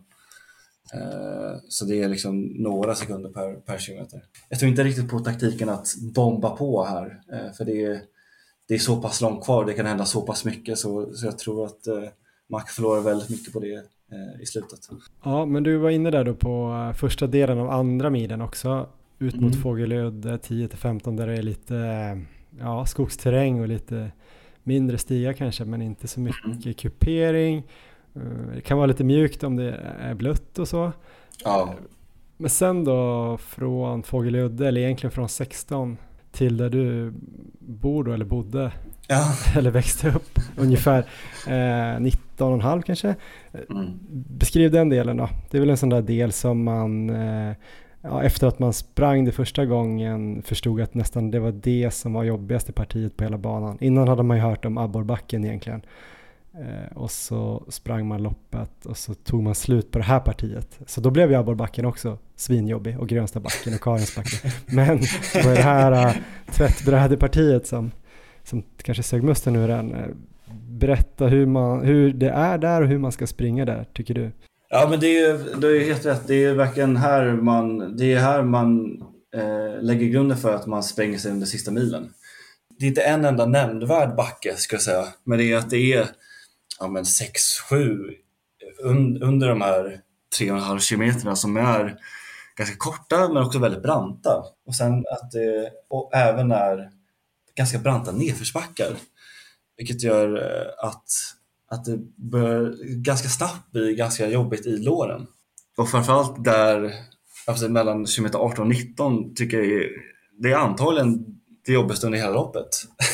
S5: Eh, så det är liksom några sekunder per, per kilometer. Jag tror inte riktigt på taktiken att bomba på här, eh, för det är, det är så pass långt kvar, det kan hända så pass mycket, så, så jag tror att eh, Mac förlorar väldigt mycket på det i slutet.
S2: Ja, men du var inne där då på första delen av andra milen också, ut mot mm. Fågeludde tio till femton, där det är lite ja, skogsterräng och lite mindre stigar kanske, men inte så mycket mm. kupering. Det kan vara lite mjukt om det är blött och så.
S5: Ja.
S2: Men sen då från Fågeludde, eller egentligen från sexton till där du bor då, eller bodde,
S5: ja.
S2: eller växte upp ungefär eh, nitton och en halv kanske.
S5: Mm.
S2: Beskriv den delen då. Det är väl en sån där del som man eh, ja, efter att man sprang det första gången förstod att nästan det var det som var jobbigaste partiet på hela banan. Innan hade man ju hört om abborrbacken egentligen. Eh, och så sprang man loppet och så tog man slut på det här partiet. Så då blev ju abborrbacken också svinjobbig, och Grönstabacken och Karensbacken. Men det var det här uh, tvättbrädepartiet som som kanske sög musten ur den. Berätta hur, man, hur det är där och hur man ska springa där, tycker du?
S5: Ja, men det är, det är helt rätt. Det är verkligen här man, det är här man eh, lägger grunden för att man spränger sig under sista milen. Det är inte en enda nämnvärd backe, ska jag säga. Men det är att det är ja, men sex sju un, under de här tre och en halv kilometerna som är ganska korta men också väldigt branta. Och sen att det och även är ganska branta nedförsbackar, vilket gör att, att det bör ganska snabbt bli ganska jobbigt i låren. Och framförallt där alltså mellan kilometer arton och nitton tycker jag det är antagligen det jobbigaste under hela loppet.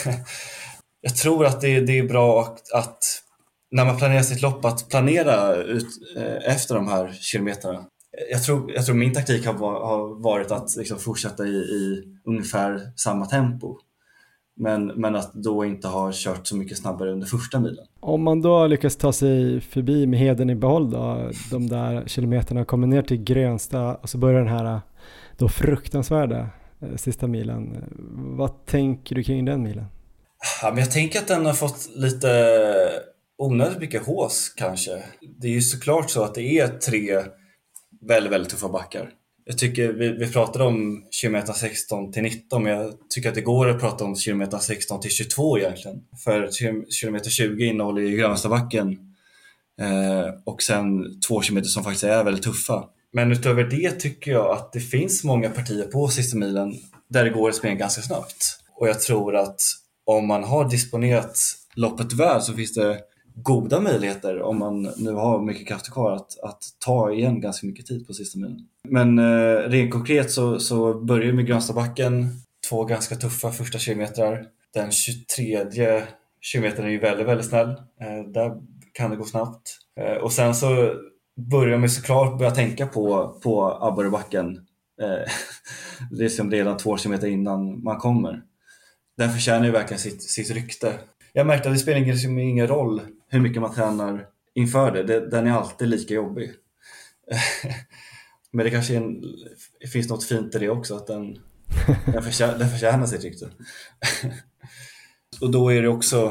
S5: Jag tror att det, det är bra att, att när man planerar sitt lopp att planera ut eh, efter de här kilometerna. Jag tror, jag tror min taktik har, har varit att liksom fortsätta i, i ungefär samma tempo. Men, men att då inte ha kört så mycket snabbare under första milen.
S2: Om man då lyckas ta sig förbi med heden i behåll då, de där kilometerna, kommer ner till Grönsta och så börjar den här då fruktansvärda eh, sista milen. Vad tänker du kring den milen?
S5: Ja, men jag tänker att den har fått lite onödigt mycket hås kanske. Det är ju såklart så att det är tre väldigt, väldigt tuffa backar. Jag tycker vi, vi pratade om kilometer sexton till nitton, men jag tycker att det går att prata om kilometer sexton till tjugotvå egentligen. För kilometer tjugo innehåller ju Grönstabacken eh, och sen två kilometer som faktiskt är väldigt tuffa. Men utöver det tycker jag att det finns många partier på sista milen där det går att springa ganska snabbt. Och jag tror att om man har disponerat loppet väl så finns det goda möjligheter om man nu har mycket kraft kvar att, att ta igen ganska mycket tid på sista milen. Men eh, rent konkret så, så börjar vi med Grönstabacken, två ganska tuffa första kilometrar. Den tjugotredje kilometern är ju väldigt, väldigt snäll. Eh, där kan det gå snabbt. Eh, och sen så börjar man såklart börja tänka på, på Abborrebacken. Eh, det är som redan två kilometer innan man kommer. Den förtjänar ju verkligen sitt, sitt rykte. Jag märkte att det spelar ingen, ingen roll hur mycket man tränar inför det. det den är alltid lika jobbig. Men det kanske är en, det finns något fint i det också. Att den, den, förtjänar, den förtjänar sitt rykte. Och då är det också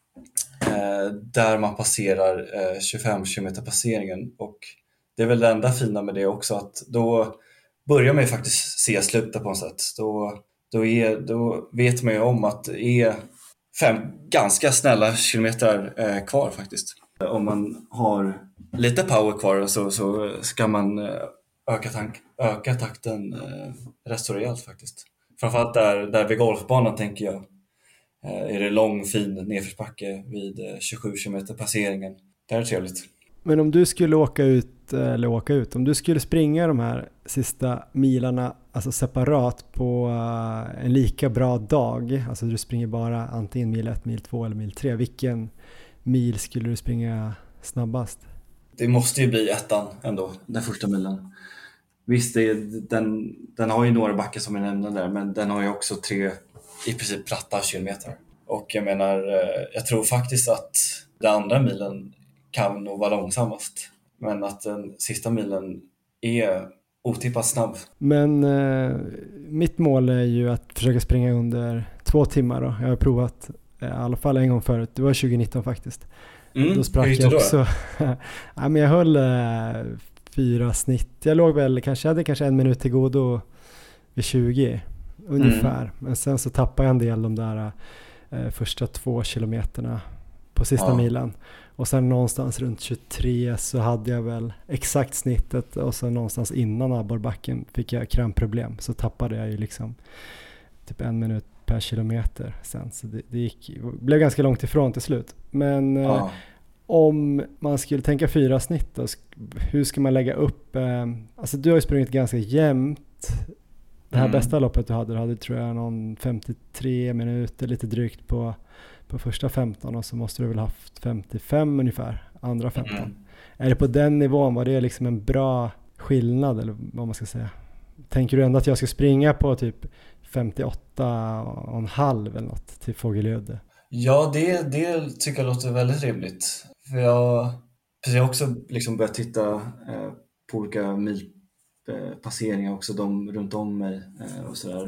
S5: eh, där man passerar eh, tjugofem kilometer passeringen. Och det är väl det enda fina med det också. Att då börjar man ju faktiskt se slutet på något sätt. Då, då, är, då vet man ju om att det är fem ganska snälla kilometer eh, kvar faktiskt. Om man har lite power kvar så, så ska man eh, öka, tank, öka takten eh, rätt så rejält faktiskt. Framförallt där, där vid golfbanan tänker jag. Eh, är det lång fin nedförsbacke vid eh, tjugosju kilometer passeringen. Det är trevligt.
S2: Men om du skulle åka ut, eller åka ut, om du skulle springa de här sista milarna alltså separat på en lika bra dag, alltså du springer bara antingen mil ett, mil två eller mil tre, vilken mil skulle du springa snabbast?
S5: Det måste ju bli ettan ändå, den första milen. Visst, det, den, den har ju några backar som jag nämnde där, men den har ju också tre i princip platta kilometer. Och jag menar, jag tror faktiskt att den andra milen kan nog vara långsammast. Men att den sista milen är otippat snabb.
S2: Men eh, mitt mål är ju att försöka springa under två timmar då. Jag har provat eh, i alla fall en gång förut. Det var tjugonitton faktiskt.
S5: Mm,
S2: då sprack jag också. Ja, men jag höll eh, fyra snitt. Jag låg väl kanske, jag hade kanske en minut till godo vid tjugo ungefär. Mm. Men sen så tappade jag en del de där eh, första två kilometerna på sista ja. milen. Och sen någonstans runt tjugotre så hade jag väl exakt snittet, och sen någonstans innan Abborrebacken fick jag krampproblem, så tappade jag ju liksom typ en minut per kilometer sen, så det, det gick, blev ganska långt ifrån till slut. Men ja. eh, om man skulle tänka fyra snitt då, hur ska man lägga upp eh, alltså du har ju sprungit ganska jämnt. Det här mm. bästa loppet du hade, du hade tror jag någon femtiotre minuter lite drygt på på första femton, och så måste du väl haft femtiofem ungefär, andra femton. Mm. Är det på den nivån, var det liksom en bra skillnad eller vad man ska säga? Tänker du ändå att jag ska springa på typ femtioåtta och en halv eller något till Fågelödde?
S5: Ja, det, det tycker jag låter väldigt rimligt. För jag har också liksom börjat titta eh, på olika milpasseringar också, de runt om mig eh, och sådär.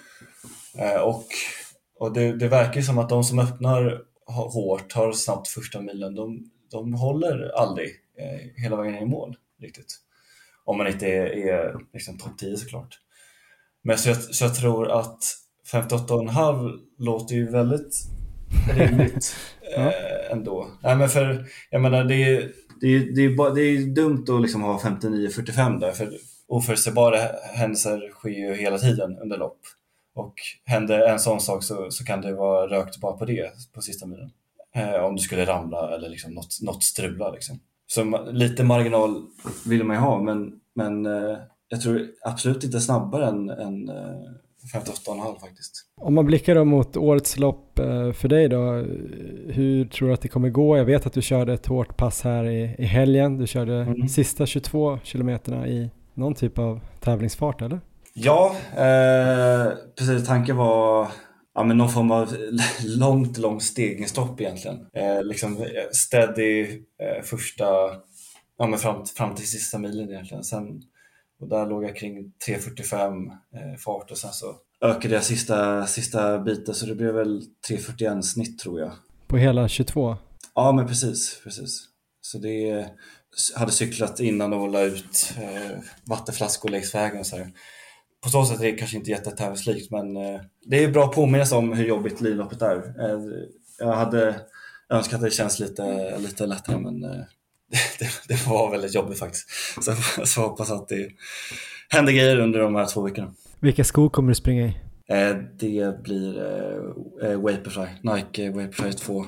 S5: Eh, och Och det, det verkar som att de som öppnar hårt, har snabbt första milen, de, de håller aldrig eh, hela vägen i mål riktigt. Om man inte är, är liksom topp tio såklart. Men så jag, så jag tror att femtioåtta komma fem låter ju väldigt rimligt eh, ändå. Nej, men för, jag menar, det är, det är, det är, bara, det är dumt att liksom ha femtionio fyrtiofem där, för oförutsägbara händelser sker ju hela tiden under lopp. Och händer en sån sak så, så kan det vara rökt bara på det på sista milen. Eh, om du skulle ramla eller liksom något, något strula. Liksom. Så lite marginal vill man ju ha, men, men eh, jag tror absolut inte snabbare än, än eh, femtioåtta komma fem faktiskt.
S2: Om man blickar då mot årets lopp eh, för dig då, hur tror du att det kommer gå? Jag vet att du körde ett hårt pass här i, i helgen. Du körde mm. sista tjugotvå kilometerna i någon typ av tävlingsfart, eller?
S5: Ja, eh, precis. Tanken var ja, men någon form av långt, långt stegningsstopp egentligen. Eh, liksom steady eh, första, ja, men fram, fram till sista milen egentligen. Sen, och där låg jag kring tre fyrtiofem eh, fart, och sen så ökade jag sista, sista biten, så det blev väl tre fyrtioett snitt tror jag.
S2: På hela tjugotvå?
S5: Ja, men precis, precis. Så det hade cyklat innan och la ut eh, vattenflaskor längs vägen och så här. På så sätt är det kanske inte jättetävlingslikt, men eh, det är bra att påminnas om hur jobbigt Lidingöloppet är. Eh, jag hade önskat att det känns lite, lite lättare, men eh, det, det var väldigt jobbigt faktiskt. Så jag så hoppas att det händer grejer under de här två veckorna.
S2: Vilka skor kommer du springa i?
S5: Eh, det blir eh, Vaporfly, Nike Vaporfly två.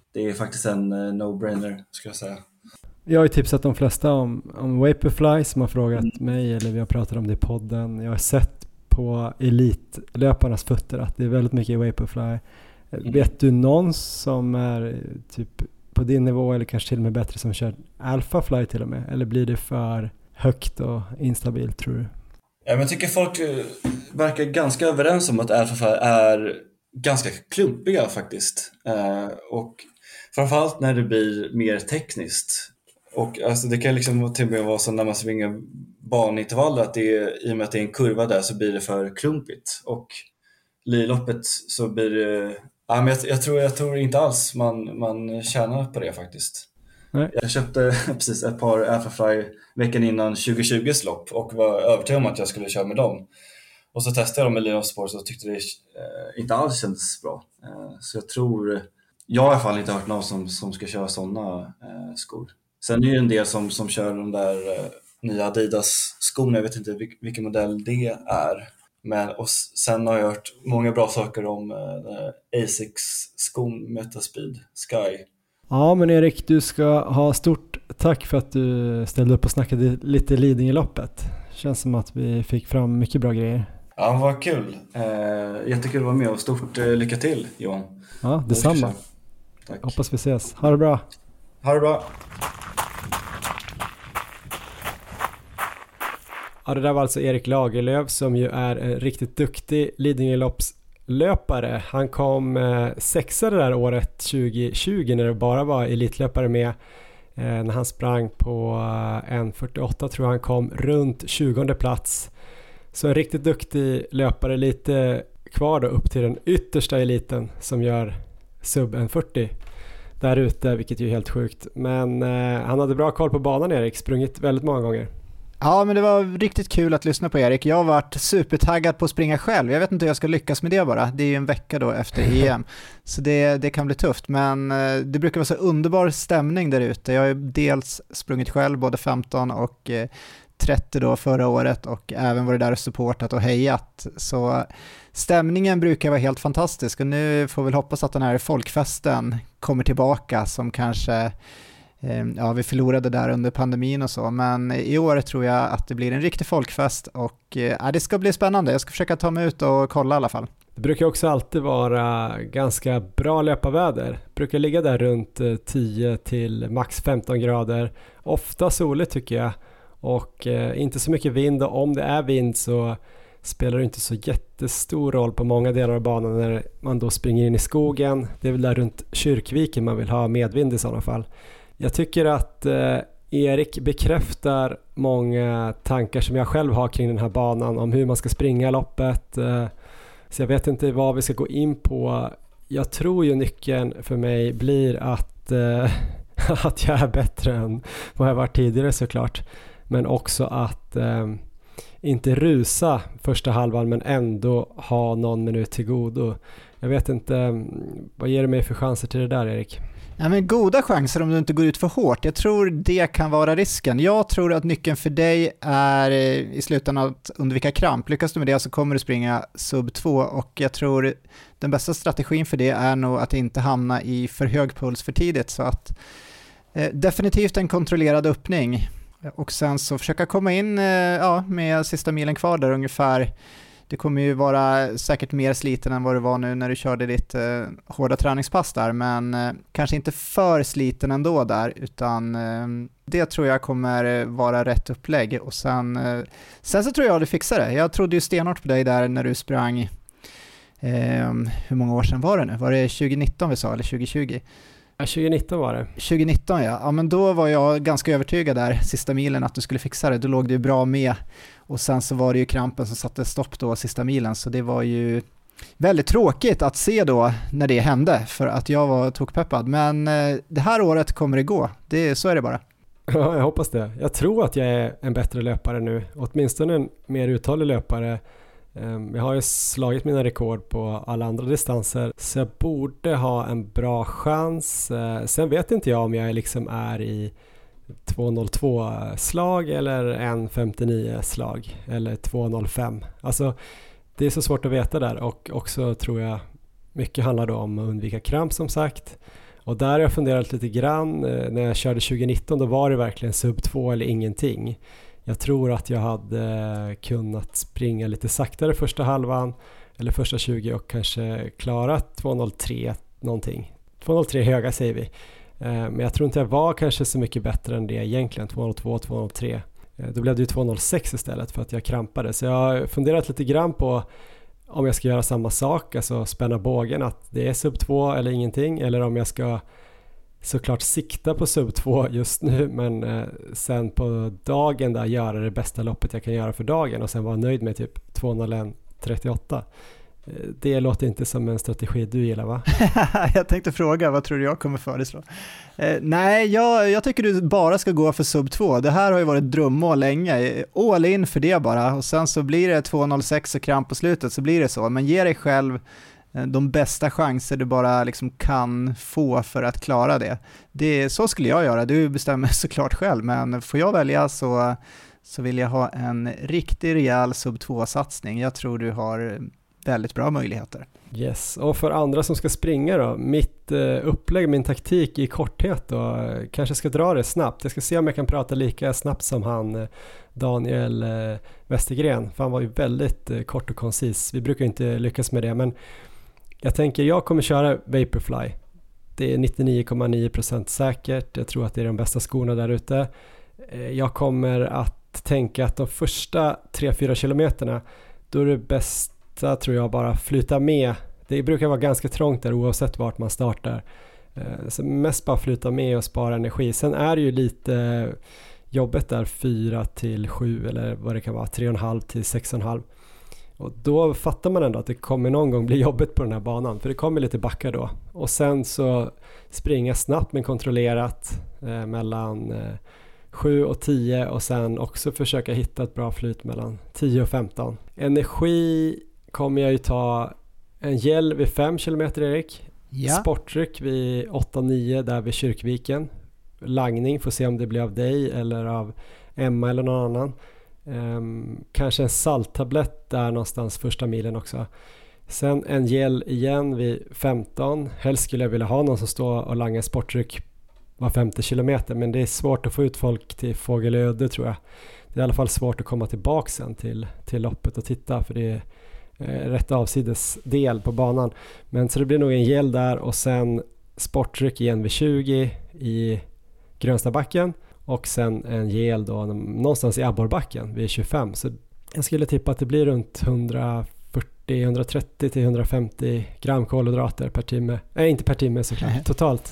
S5: det är faktiskt en no-brainer, ska jag säga.
S2: Jag har ju tipsat de flesta om, om Vaporfly som har frågat mm. mig, eller vi har pratat om det i podden. Jag har sett på elitlöparnas fötter att det är väldigt mycket i Vaporfly. Mm. Vet du någon som är typ på din nivå eller kanske till och med bättre som kör Alphafly till och med? Eller blir det för högt och instabilt, tror du?
S5: Ja, men jag tycker folk verkar ganska överens om att Alphafly är ganska klumpiga faktiskt. Eh, och framförallt när det blir mer tekniskt. Och alltså det kan liksom till och med vara så när man svingar banintervaller att det är, i och med att det är en kurva där så blir det för klumpigt. Och liloppet så blir det... Ja, men jag, jag, tror, jag tror inte alls man, man tjänar på det faktiskt. Nej. Jag köpte precis ett par Alphafly veckan innan tjugo tjugo:s lopp och var övertygad om att jag skulle köra med dem. Och så testade jag dem med Linos Sport och tyckte det eh, inte alls kändes bra. Eh, så jag tror... Jag har i alla fall inte hört någon som, som ska köra sådana eh, skor. Sen är det en del som, som kör de där eh, nya Adidas-skorna. Jag vet inte vilk, vilken modell det är. Men, och sen har jag hört många bra saker om eh, Asics-skon Metaspeed Sky.
S2: Ja, men Erik, du ska ha stort tack för att du ställde upp och snackade lite Lidingö-loppet. Känns som att vi fick fram mycket bra grejer.
S5: Ja, vad kul. Eh, jättekul att vara med och stort eh, lycka till, Johan.
S2: Ja, detsamma. Tack. Hoppas vi ses. Ha det bra.
S5: Ha det bra.
S2: Ja, det där var alltså Erik Lagerlöf som ju är en riktigt duktig Lidingö-loppslöpare. Han kom eh, sexa det där året tjugo tjugo när det bara var elitlöpare med. Eh, när han sprang på eh, en fyrtioåtta tror jag han kom runt tjugonde plats. Så en riktigt duktig löpare, lite kvar då upp till den yttersta eliten som gör sub en fyrtio där ute, vilket ju är helt sjukt. Men eh, han hade bra koll på banan, Erik, sprungit väldigt många gånger.
S3: Ja, men det var riktigt kul att lyssna på Erik. Jag har varit supertaggad på att springa själv. Jag vet inte hur jag ska lyckas med det bara. Det är ju en vecka då efter E M. Så det, det kan bli tufft. Men eh, det brukar vara så underbar stämning där ute. Jag har ju dels sprungit själv både femton och eh, trettio då förra året och även varit där och supportat och hejat. Så stämningen brukar vara helt fantastisk och nu får vi hoppas att den här folkfesten kommer tillbaka som kanske, ja, vi förlorade där under pandemin och så, men i år tror jag att det blir en riktig folkfest och ja, det ska bli spännande. Jag ska försöka ta mig ut och kolla i alla fall.
S2: Det brukar också alltid vara ganska bra löparväder. Det brukar ligga där runt tio till max femton grader. Ofta soligt tycker jag. Och eh, inte så mycket vind, och om det är vind så spelar det inte så jättestor roll på många delar av banan när man då springer in i skogen. Det är väl där runt Kyrkviken man vill ha medvind i sådana fall. Jag tycker att eh, Erik bekräftar många tankar som jag själv har kring den här banan om hur man ska springa loppet. Eh, så jag vet inte vad vi ska gå in på. Jag tror ju nyckeln för mig blir att, eh, att jag är bättre än vad jag varit tidigare såklart. Men också att eh, inte rusa första halvan men ändå ha någon minut till godo. Jag vet inte, vad ger du mig för chanser till det där, Erik?
S3: Ja, men goda chanser om du inte går ut för hårt. Jag tror det kan vara risken. Jag tror att nyckeln för dig är i slutändan att undvika kramp. Lyckas du med det så kommer du springa sub två och jag tror den bästa strategin för det är nog att inte hamna i för hög puls för tidigt. Så att eh, definitivt en kontrollerad öppning. Och sen så försöka komma in ja, med sista milen kvar där ungefär. Det kommer ju vara säkert mer sliten än vad det var nu när du körde ditt eh, hårda träningspass där. Men eh, kanske inte för sliten ändå där. Utan eh, det tror jag kommer vara rätt upplägg. Och sen, eh, sen så tror jag att du fixar det. Jag trodde ju stenhårt på dig där när du sprang. Eh, hur många år sedan var det nu? Var det tjugo nitton vi sa eller tjugo tjugo?
S2: Ja, tjugo nitton var det.
S3: tjugo nitton ja. Ja, men då var jag ganska övertygad där sista milen att du skulle fixa det. Då låg det ju bra med. Och sen så var det ju krampen som satte stopp då sista milen. Så det var ju väldigt tråkigt att se då när det hände. För att jag var tokpeppad. Men eh, det här året kommer det gå. Det, så är det bara.
S2: Ja, jag hoppas det. Jag tror att jag är en bättre löpare nu. Åtminstone en mer uthållig löpare. Jag har ju slagit mina rekord på alla andra distanser så jag borde ha en bra chans. Sen vet inte jag om jag liksom är i två noll två slag eller en femtionio slag eller två noll fem. Alltså det är så svårt att veta där och också tror jag mycket handlar då om att undvika kramp som sagt Och där har jag funderat lite grann. När jag körde tjugonitton då var det verkligen sub två eller ingenting. Jag tror att jag hade kunnat springa lite saktare första halvan eller första tjugo och kanske klara två noll tre någonting. två noll tre höga säger vi. Men jag tror inte jag var kanske så mycket bättre än det egentligen. två noll två, två noll tre. Då blev det ju två noll sex istället för att jag krampade. Så jag har funderat lite grann på om jag ska göra samma sak, alltså spänna bågen att det är sub två eller ingenting, eller om jag ska såklart sikta på sub två just nu, men eh, sen på dagen där göra det bästa loppet jag kan göra för dagen och sen vara nöjd med typ två noll ett trettioåtta. Eh, det låter inte som en strategi du gillar, va?
S3: Jag tänkte fråga, vad tror du jag kommer föreslå? Eh, nej, jag, jag tycker du bara ska gå för sub två. Det här har ju varit ett drömmål länge. All in för det bara. Och sen så blir det två noll sex och kramp på slutet, så blir det så. Men ge dig själv de bästa chanser du bara liksom kan få för att klara det. det. Så skulle jag göra, du bestämmer såklart själv, men får jag välja så, så vill jag ha en riktig rejäl sub två-satsning. Jag tror du har väldigt bra möjligheter.
S2: Yes, och för andra som ska springa då, mitt eh, upplägg, min taktik i korthet då, kanske ska dra det snabbt. Jag ska se om jag kan prata lika snabbt som han eh, Daniel eh, Westergren, för han var ju väldigt eh, kort och koncis. Vi brukar inte lyckas med det, men jag tänker jag kommer köra Vaporfly. Det är nittionio komma nio procent säkert. Jag tror att det är de bästa skorna där ute. Jag kommer att tänka att de första tre fyra kilometerna, då är det bästa tror jag bara flyta med. Det brukar vara ganska trångt där oavsett vart man startar. Så mest bara flyta med och spara energi. Sen är det ju lite jobbet där fyra till sju eller vad det kan vara, tre komma fem till sex komma fem. Och då fattar man ändå att det kommer någon gång bli jobbigt på den här banan, för det kommer lite backar då. Och sen så springa snabbt men kontrollerat eh, mellan eh, sju och tio och sen också försöka hitta ett bra flyt mellan tio och femton. Energi kommer jag ju ta en gel vid fem kilometer, Erik. Ja. Sportdryck vid åtta nio där vid Kyrkviken. Langning, får se om det blir av dig eller av Emma eller någon annan. Um, kanske en salttablett där någonstans första milen också. Sen en gel igen vid femton. Helst skulle jag vilja ha någon som står och langar sportdryck var femtio kilometer, men det är svårt att få ut folk till Fågelöde tror jag. Det är i alla fall svårt att komma tillbaka sen till, till loppet och titta, för det är eh, rätt avsides del på banan. Men så det blir nog en gel där och sen sportdryck igen vid tjugo i Grönstabacken. Och sen en gel då någonstans i Abborrbacken vid tjugofem. Så jag skulle tippa att det blir runt hundrafyrtio, hundratrettio till hundrafemtio gram kolhydrater per timme. Nej, inte per timme såklart, mm. totalt.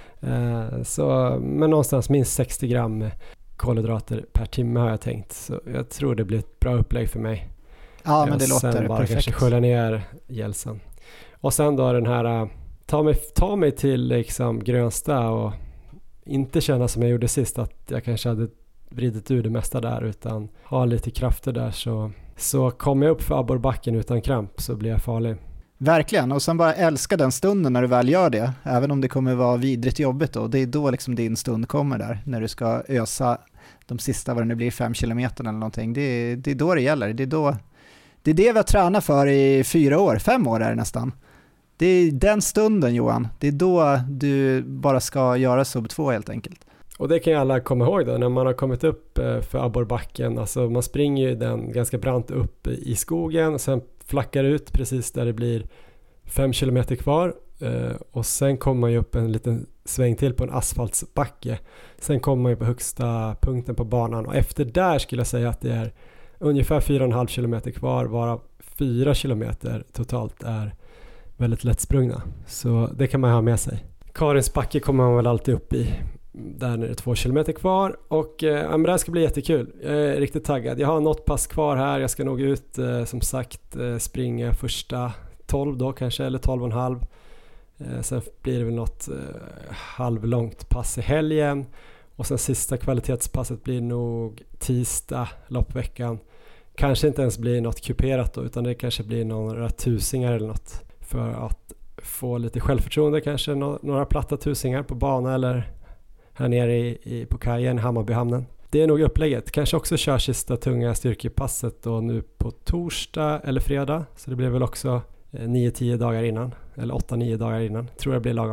S2: Uh, så, men någonstans minst sextio gram kolhydrater per timme har jag tänkt. Så jag tror det blir ett bra upplägg för mig.
S3: Ja, men det låter
S2: sen bara
S3: perfekt.
S2: Kanske skölja ner gelsen. Och sen då den här, uh, ta mig, ta mig till liksom Grönsta och inte känna som jag gjorde sist att jag kanske hade vridit ur det mesta där, utan ha lite krafter där, så, så kommer jag upp för Abborrbacken utan kramp så blir jag farlig.
S3: Verkligen, och sen bara älska den stunden när du väl gör det, även om det kommer vara vidrigt jobbigt då. Det är då liksom din stund kommer där, när du ska ösa de sista, vad det nu blir, fem kilometer eller någonting. Det är, det är då det gäller, det är, då, det är det vi har tränat för i fyra år, fem år är det nästan. Det är den stunden, Johan. Det är då du bara ska göra sub två helt enkelt.
S2: Och det kan ju alla komma ihåg då, när man har kommit upp för Abborrbacken. Alltså man springer ju den ganska brant upp i skogen och sen flackar ut precis där det blir fem kilometer kvar. Och sen kommer man ju upp en liten sväng till på en asfaltsbacke. Sen kommer man ju på högsta punkten på banan. Och efter där skulle jag säga att det är ungefär fyra komma fem kilometer kvar, varav fyra kilometer totalt är väldigt lättsprungna. Så det kan man ha med sig. Karins backe kommer man väl alltid upp i. Där är det två kilometer kvar. Och eh, men det här ska bli jättekul. Jag är riktigt taggad. Jag har något pass kvar här. Jag ska nog ut eh, som sagt eh, springa första tolv då kanske. Eller tolv och en halv. Eh, sen blir det väl något eh, halvlångt pass i helgen. Och sen sista kvalitetspasset blir nog tisdag loppveckan. Kanske inte ens blir något kuperat då, utan det kanske blir några tusingar eller något. För att få lite självförtroende, kanske några platta tusingar på bana eller här nere i, i, på kajen i Hammarbyhamnen. Det är nog upplägget. Kanske också kör sista tunga styrkepasset då nu på torsdag eller fredag. Så det blir väl också eh, nio tio dagar innan. Eller åtta nio dagar innan. Tror jag blir lagom.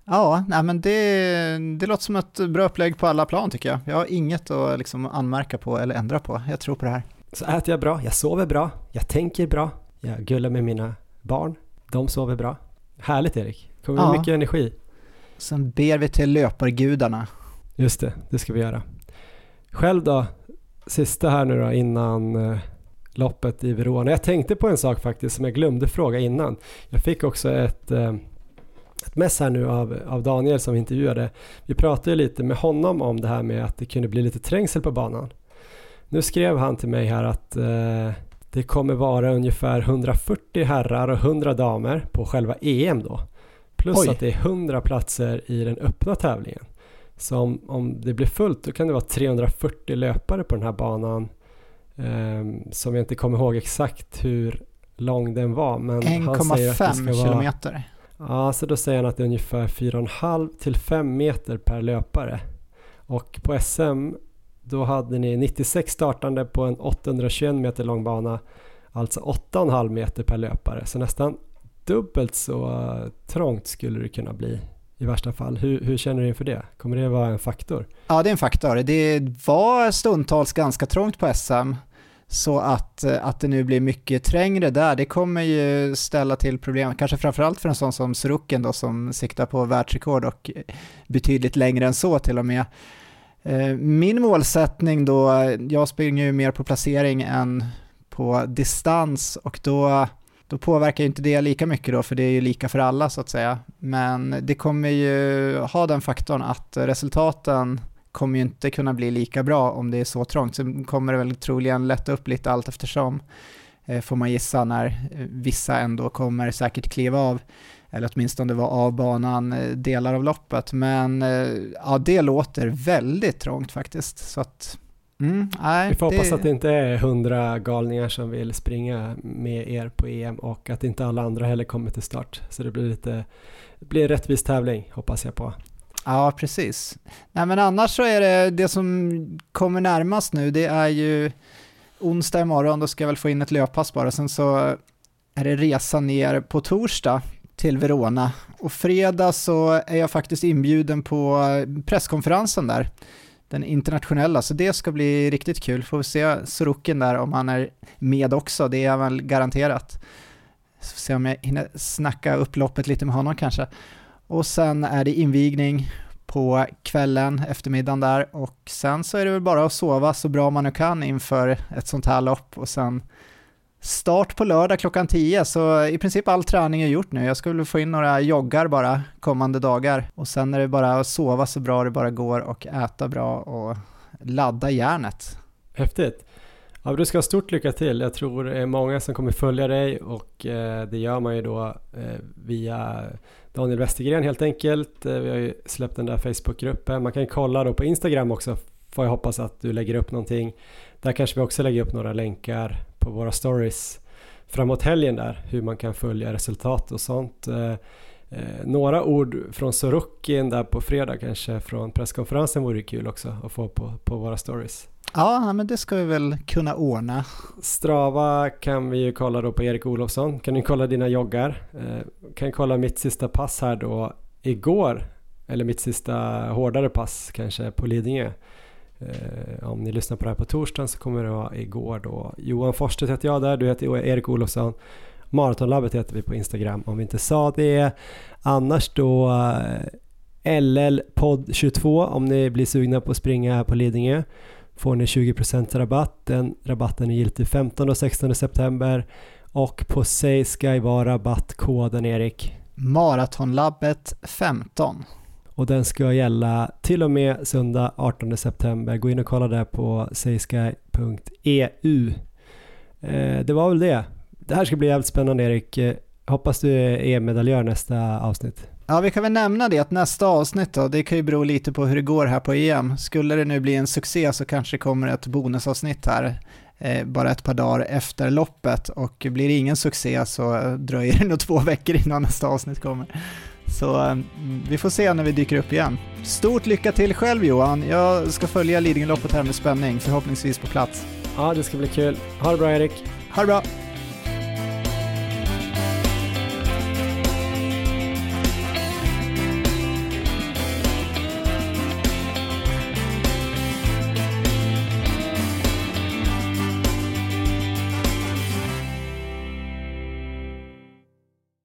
S3: Ja, nej, men det, det låter som ett bra upplägg på alla plan tycker jag. Jag har inget att liksom anmärka på eller ändra på. Jag tror på det här.
S2: Så äter jag bra, jag sover bra, jag tänker bra, jag gullar med mina barn, de sover bra. Härligt Erik, kommer
S3: ja.
S2: mycket energi.
S3: Sen ber vi till löpargudarna.
S2: Just det, det ska vi göra. Själv då, sista här nu då innan eh, loppet i Verona. Jag tänkte på en sak faktiskt som jag glömde fråga innan. Jag fick också ett, eh, ett mess här nu av, av Daniel som vi intervjuade. Vi pratade lite med honom om det här med att det kunde bli lite trängsel på banan. Nu skrev han till mig här att eh, det kommer vara ungefär hundrafyrtio herrar och hundra damer på själva E M då. Plus Oj. Att det är hundra platser i den öppna tävlingen. Så om, om det blir fullt då kan det vara trehundrafyrtio löpare på den här banan. Eh, som jag inte kommer ihåg exakt hur lång den var. Men
S3: en komma fem kilometer.
S2: Ja, så då säger han att det är ungefär fyra komma fem till fem meter per löpare. Och på S M då hade ni nittiosex startande på en åttahundratjugoett meter lång bana. Alltså åtta komma fem meter per löpare. Så nästan dubbelt så uh, trångt skulle det kunna bli i värsta fall. Hur, hur känner du inför det? Kommer det vara en faktor?
S3: Ja, det är en faktor. Det var stundtals ganska trångt på S M. Så att, att det nu blir mycket trängre där, det kommer ju ställa till problem. Kanske framförallt för en sån som Sorokin då, som siktar på världsrekord och betydligt längre än så till och med. Min målsättning då, jag springer ju mer på placering än på distans och då, då påverkar ju inte det lika mycket då, för det är ju lika för alla så att säga. Men det kommer ju ha den faktorn att resultaten kommer ju inte kunna bli lika bra om det är så trångt. Så kommer det väl troligen lätta upp lite allt eftersom, får man gissa, när vissa ändå kommer säkert kliva av. Eller åtminstone vara av banan delar av loppet. Men ja, det låter väldigt trångt faktiskt. Så att, mm, nej,
S2: vi får
S3: det...
S2: hoppas att det inte är hundra galningar som vill springa med er på E M och att inte alla andra heller kommer till start. Så det blir lite, det blir en rättvis tävling, hoppas jag på.
S3: Ja, precis. Nej, men annars så är det det som kommer närmast nu, det är ju onsdag imorgon, då ska jag väl få in ett löppass bara. Sen så är det resa ner på torsdag till Verona. Och fredag så är jag faktiskt inbjuden på presskonferensen där, den internationella, så det ska bli riktigt kul. Får vi se Sorokin där om han är med också, det är väl garanterat. Så får vi se om jag hinner snacka upp loppet lite med honom kanske. Och sen är det invigning på kvällen, eftermiddagen där, och sen så är det väl bara att sova så bra man nu kan inför ett sånt här lopp, och sen start på lördag klockan tio, så i princip all träning är gjort nu. Jag skulle få in några joggar bara kommande dagar, och sen är det bara att sova så bra det bara går och äta bra och ladda hjärnet.
S2: Häftigt. Ja, du ska ha stort lycka till. Jag tror det är många som kommer följa dig, och eh, det gör man ju då eh, via Daniel Westergren helt enkelt. Eh, vi har ju släppt den där Facebookgruppen. Man kan ju kolla då på Instagram också, får jag hoppas att du lägger upp någonting. Där kanske vi också lägger upp några länkar på våra stories framåt helgen där, hur man kan följa resultat och sånt. Eh, eh, några ord från Sorokin där på fredag, kanske från presskonferensen, vore kul också att få på, på våra stories.
S3: Ja, men det ska vi väl kunna ordna.
S2: Strava kan vi ju kolla då på Erik Olofsson. Kan ni kolla dina joggar? Eh, kan kolla mitt sista pass här då igår. Eller mitt sista hårdare pass kanske på Lidingö. Eh, om ni lyssnar på det här på torsdagen så kommer det vara igår då. Johan Forsstedt heter jag där. Du heter Erik Olofsson. Maratonlabbet heter vi på Instagram om vi inte sa det. Annars då L L podd tjugotvå om ni blir sugna på att springa på Lidingö. Får ni tjugo procent rabatt. Den rabatten är giltig femtonde och sextonde september. Och på sig ska vara rabattkoden, Erik.
S3: Maratonlabbet femton.
S2: Och den ska gälla till och med söndag artonde september. Gå in och kolla där på seisky punkt e u. Eh, det var väl det. Det här ska bli jävligt spännande, Erik. Eh, hoppas du är medaljör nästa avsnitt.
S3: Ja, vi kan väl nämna det att nästa avsnitt då, det kan ju bero lite på hur det går här på E M. Skulle det nu bli en succé så kanske det kommer ett bonusavsnitt här eh, bara ett par dagar efter loppet, och blir det ingen succé så dröjer det nog två veckor innan nästa avsnitt kommer. Så eh, vi får se när vi dyker upp igen. Stort lycka till själv, Johan. Jag ska följa Lidingö-loppet här med spänning, förhoppningsvis på plats.
S2: Ja, det ska bli kul. Ha det bra, Erik.
S3: Ha det bra.